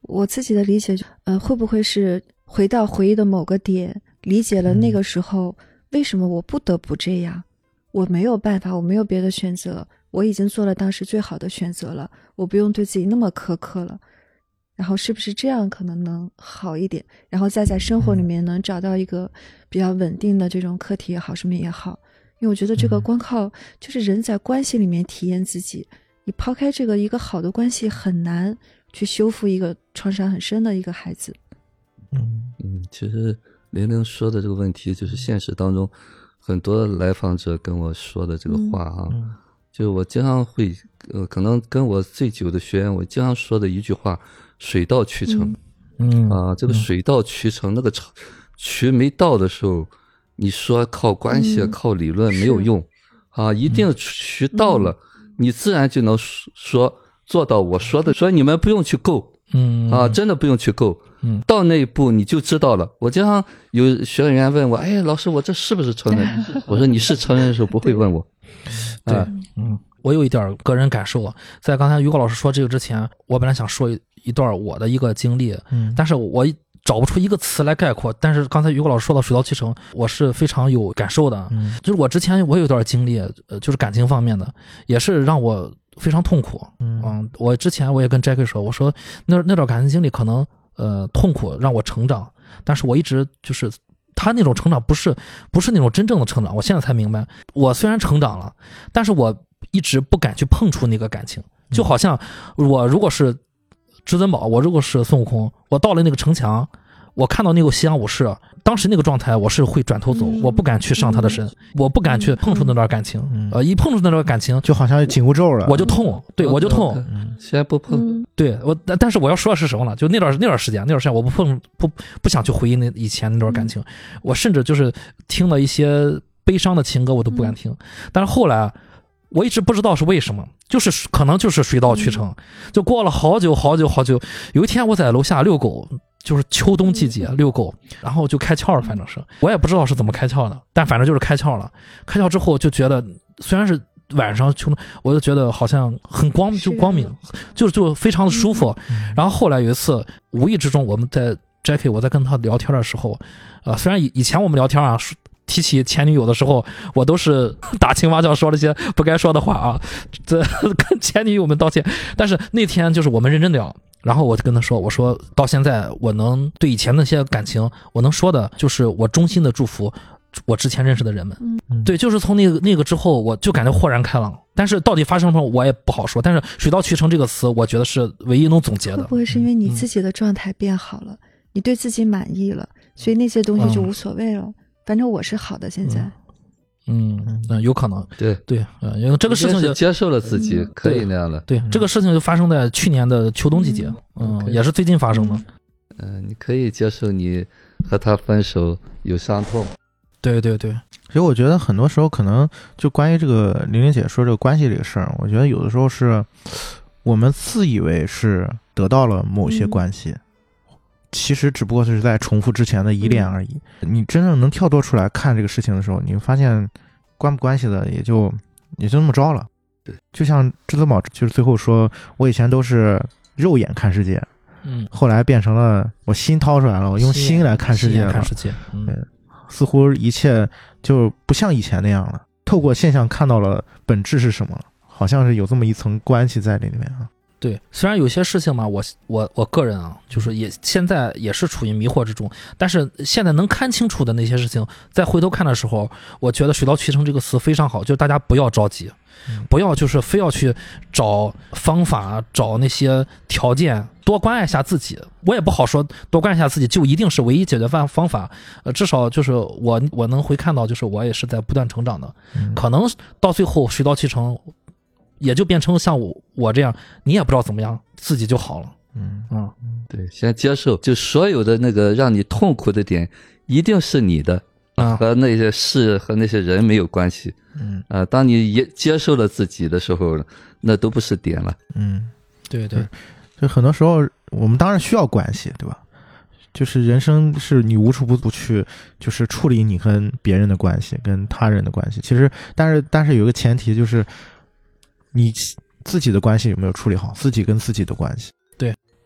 我自己的理解，会不会是回到回忆的某个点，理解了那个时候为什么我不得不这样，我没有办法，我没有别的选择，我已经做了当时最好的选择了，我不用对自己那么苛刻了。然后是不是这样可能能好一点，然后再在生活里面能找到一个比较稳定的这种课题也好，什么也好。因为我觉得这个光靠就是人在关系里面体验自己，你抛开这个一个好的关系很难去修复一个创伤很深的一个孩子。 其实玲玲说的这个问题就是现实当中很多来访者跟我说的这个话啊，就我经常会可能跟我最久的学员我经常说的一句话，水到渠成。这个水到渠成，那个渠没到的时候，你说靠关系靠理论没有用啊，一定渠到了，你自然就能说做到我说的，所以你们不用去够，真的不用去够，到那一步你就知道了。我经常有学员问我，哎，老师，我这是不是成人？我说你是成人的时候不会问我。 对，我有一点个人感受，在刚才于果老师说这个之前，我本来想说一段我的一个经历，但是我找不出一个词来概括。但是刚才于果老师说到水到渠成，我是非常有感受的。就是我之前我有一段经历，就是感情方面的，也是让我非常痛苦。我之前我也跟 Jackie 说，我说那段感情经历可能痛苦让我成长，但是我一直就是他那种成长不是那种真正的成长。我现在才明白，我虽然成长了，但是我一直不敢去碰触那个感情。就好像我如果是至尊宝，我如果是孙悟空，我到了那个城墙，我看到那个西洋武士，当时那个状态我是会转头走，我不敢去上他的身，我不敢去碰触那段感情。一碰触那段感情就好像紧箍咒了， 我就痛。对，我就痛。 先不碰。 对，但是我要说的是什么呢？就那段时间我不想去回忆以前那段感情，我甚至就是听了一些悲伤的情歌我都不敢听。但是后来我一直不知道是为什么，就是可能就是水到渠成。就过了好久，有一天我在楼下遛狗，就是秋冬季节遛狗，然后就开窍了，反正是我也不知道是怎么开窍的，但反正就是开窍了。开窍之后就觉得，虽然是晚上秋冬，我就觉得好像很光明，就非常的舒服。然后后来有一次无意之中，我们在 Jackie 我在跟他聊天的时候，虽然以前我们聊天啊，提起前女友的时候，我都是打情骂俏说了些不该说的话啊，这跟前女友们道歉。但是那天就是我们认真聊，然后我就跟他说，我说到现在我能对以前那些感情，我能说的就是我衷心的祝福我之前认识的人们。对，就是从那个之后，我就感觉豁然开朗。但是到底发生什么我也不好说。但是水到渠成这个词，我觉得是唯一能总结的。 会不会是因为你自己的状态变好了，你对自己满意了，所以那些东西就无所谓了？反正我是好的，现在。 有可能。 对， 因为这个事情就接受了自己，可以那样的。 对，这个事情就发生在去年的秋冬季节，也是最近发生的。 你可以接受你和他分手有伤痛。 对。 其实我觉得很多时候可能就关于这个玲玲姐说这个关系这个事儿，我觉得有的时候是我们自以为是得到了某些关系，其实只不过是在重复之前的依恋而已。你真正能跳脱出来看这个事情的时候，你会发现关不关系的也就那么着了。 对， 就像至尊宝就是最后说，我以前都是肉眼看世界，后来变成了我心掏出来了，我用心来看世界了。似乎一切就不像以前那样了，透过现象看到了本质是什么，好像是有这么一层关系在里面啊。 对，虽然有些事情嘛，我个人啊，就是现在也是处于迷惑之中，但是现在能看清楚的那些事情，在回头看的时候，我觉得水到渠成这个词非常好，就是大家不要着急，不要就是非要去找方法，找那些条件，多关爱一下自己。我也不好说多关爱一下自己就一定是唯一解决方法，至少就是我能会看到，就是我也是在不断成长的，可能到最后水到渠成。也就变成像我这样，你也不知道怎么样，自己就好了。 对，先接受，就所有的那个让你痛苦的点，一定是你的，和那些事和那些人没有关系。当你也接受了自己的时候，那都不是点了。 对， 就很多时候我们当然需要关系，对吧？就是人生是你无处不去，就是处理你跟别人的关系，跟他人的关系。其实，但是有个前提就是。你自己的关系有没有处理好？自己跟自己的关系。 对，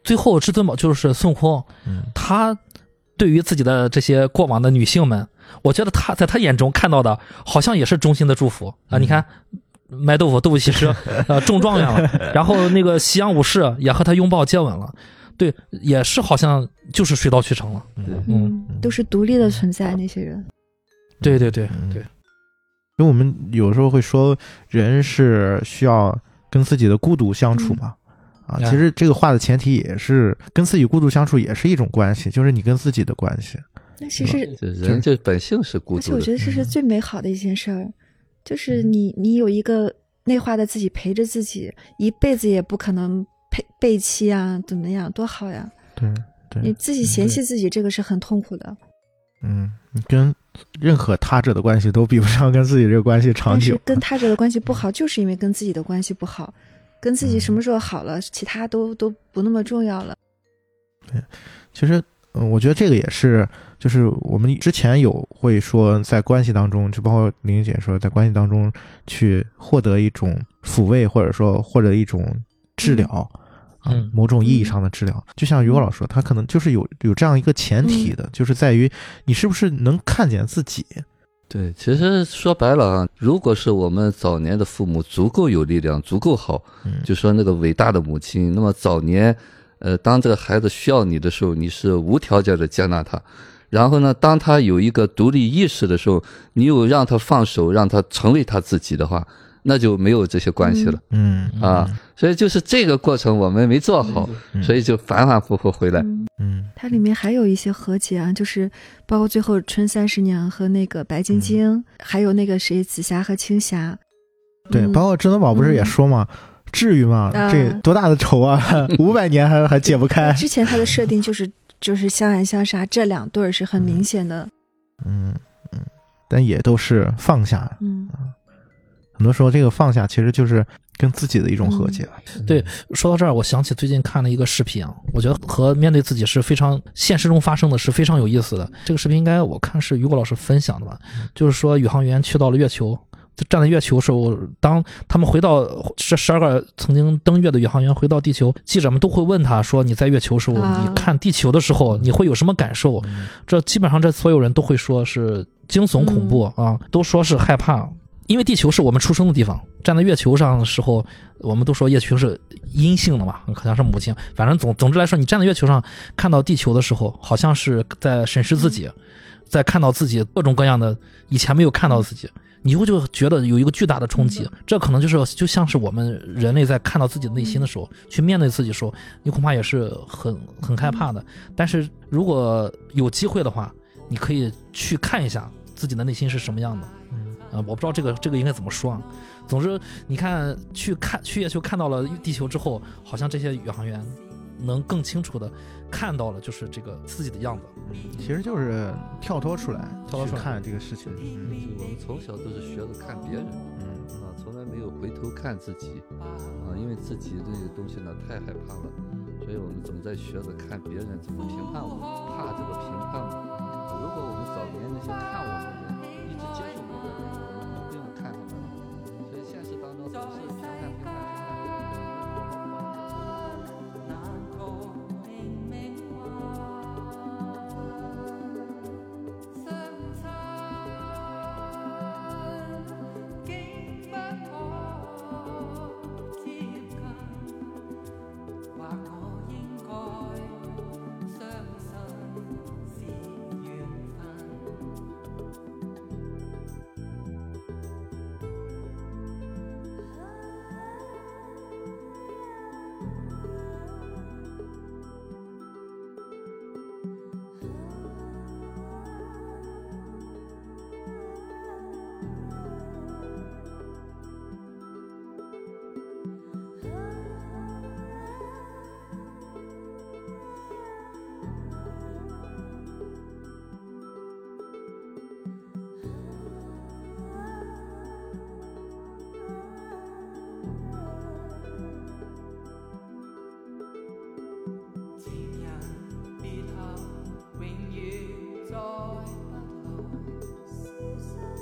最后至尊宝就是孙悟空，他对于自己的这些过往的女性们，我觉得他在他眼中看到的好像也是衷心的祝福啊！你看，卖豆腐西施中状元了，然后那个西洋武士也和他拥抱接吻了，对，也是好像就是水到渠成了。 都是独立的存在，那些人。 对，因为我们有时候会说，人是需要跟自己的孤独相处嘛。其实这个话的前提也是跟自己孤独相处，也是一种关系，就是你跟自己的关系。 那其实人这本性是孤独的， 而且我觉得这是最美好的一件事儿，就是你有一个内化的自己陪着自己，一辈子也不可能背弃啊，怎么样，多好呀！ 对， 你自己嫌弃自己，这个是很痛苦的。 你跟任何他者的关系都比不上跟自己这个关系长久。 但是跟他者的关系不好，就是因为跟自己的关系不好。跟自己什么时候好了，其他都不那么重要了。 对，其实我觉得这个也是，就是我们之前有会说，在关系当中，就包括玲姐说，在关系当中去获得一种抚慰，或者说获得一种治疗，某种意义上的治疗。就像于果老师说，他可能就是有这样一个前提的，就是在于你是不是能看见自己。 对，其实说白了啊，如果是我们早年的父母足够有力量，足够好，就说那个伟大的母亲，那么早年，当这个孩子需要你的时候，你是无条件的接纳他，然后呢，当他有一个独立意识的时候，你又让他放手，让他成为他自己的话，那就没有这些关系了。所以就是这个过程我们没做好，所以就反反复复回来。 它里面还有一些和解啊，就是包括最后春30娘和那个白晶晶，还有那个谁紫霞和青霞。 对，包括至尊宝不是也说嘛，至于吗？这多大的仇啊，500年还解不开。 之前他的设定就是相爱相杀，这2对是很明显的。 但也都是放下。很多时候这个放下其实就是跟自己的一种和解。 对，说到这儿，我想起最近看了一个视频啊，我觉得和面对自己是非常现实中发生的，是非常有意思的。这个视频应该我看是于果老师分享的吧，就是说宇航员去到了月球，站在月球的时候，当他们回到这12个曾经登月的宇航员回到地球，记者们都会问他说，你在月球的时候，你看地球的时候你会有什么感受？这基本上这所有人都会说是惊悚恐怖啊，都说是害怕。因为地球是我们出生的地方，站在月球上的时候，我们都说月球是阴性的嘛，可能是母亲。反正总之来说，你站在月球上看到地球的时候，好像是在审视自己，在看到自己各种各样的以前没有看到自己，你就觉得有一个巨大的冲击。这可能就像是我们人类在看到自己的内心的时候，去面对自己的时候，你恐怕也是很害怕的。但是如果有机会的话，你可以去看一下自己的内心是什么样的。我不知道这个应该怎么说啊。总之，你看去月球看到了地球之后，好像这些宇航员能更清楚的看到了就是这个自己的样子。 其实就是跳脱出来去看这个事情。 我们从小都是学着看别人，从来没有回头看自己因为自己这个东西呢太害怕了，所以我们总在学着看别人怎么评判我们，怕这个评判嘛。如果我们早年那些看我们的人一直接受我们，我们不用看他们了。所以现实当中总是评判。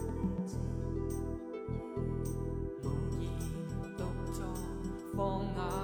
放眼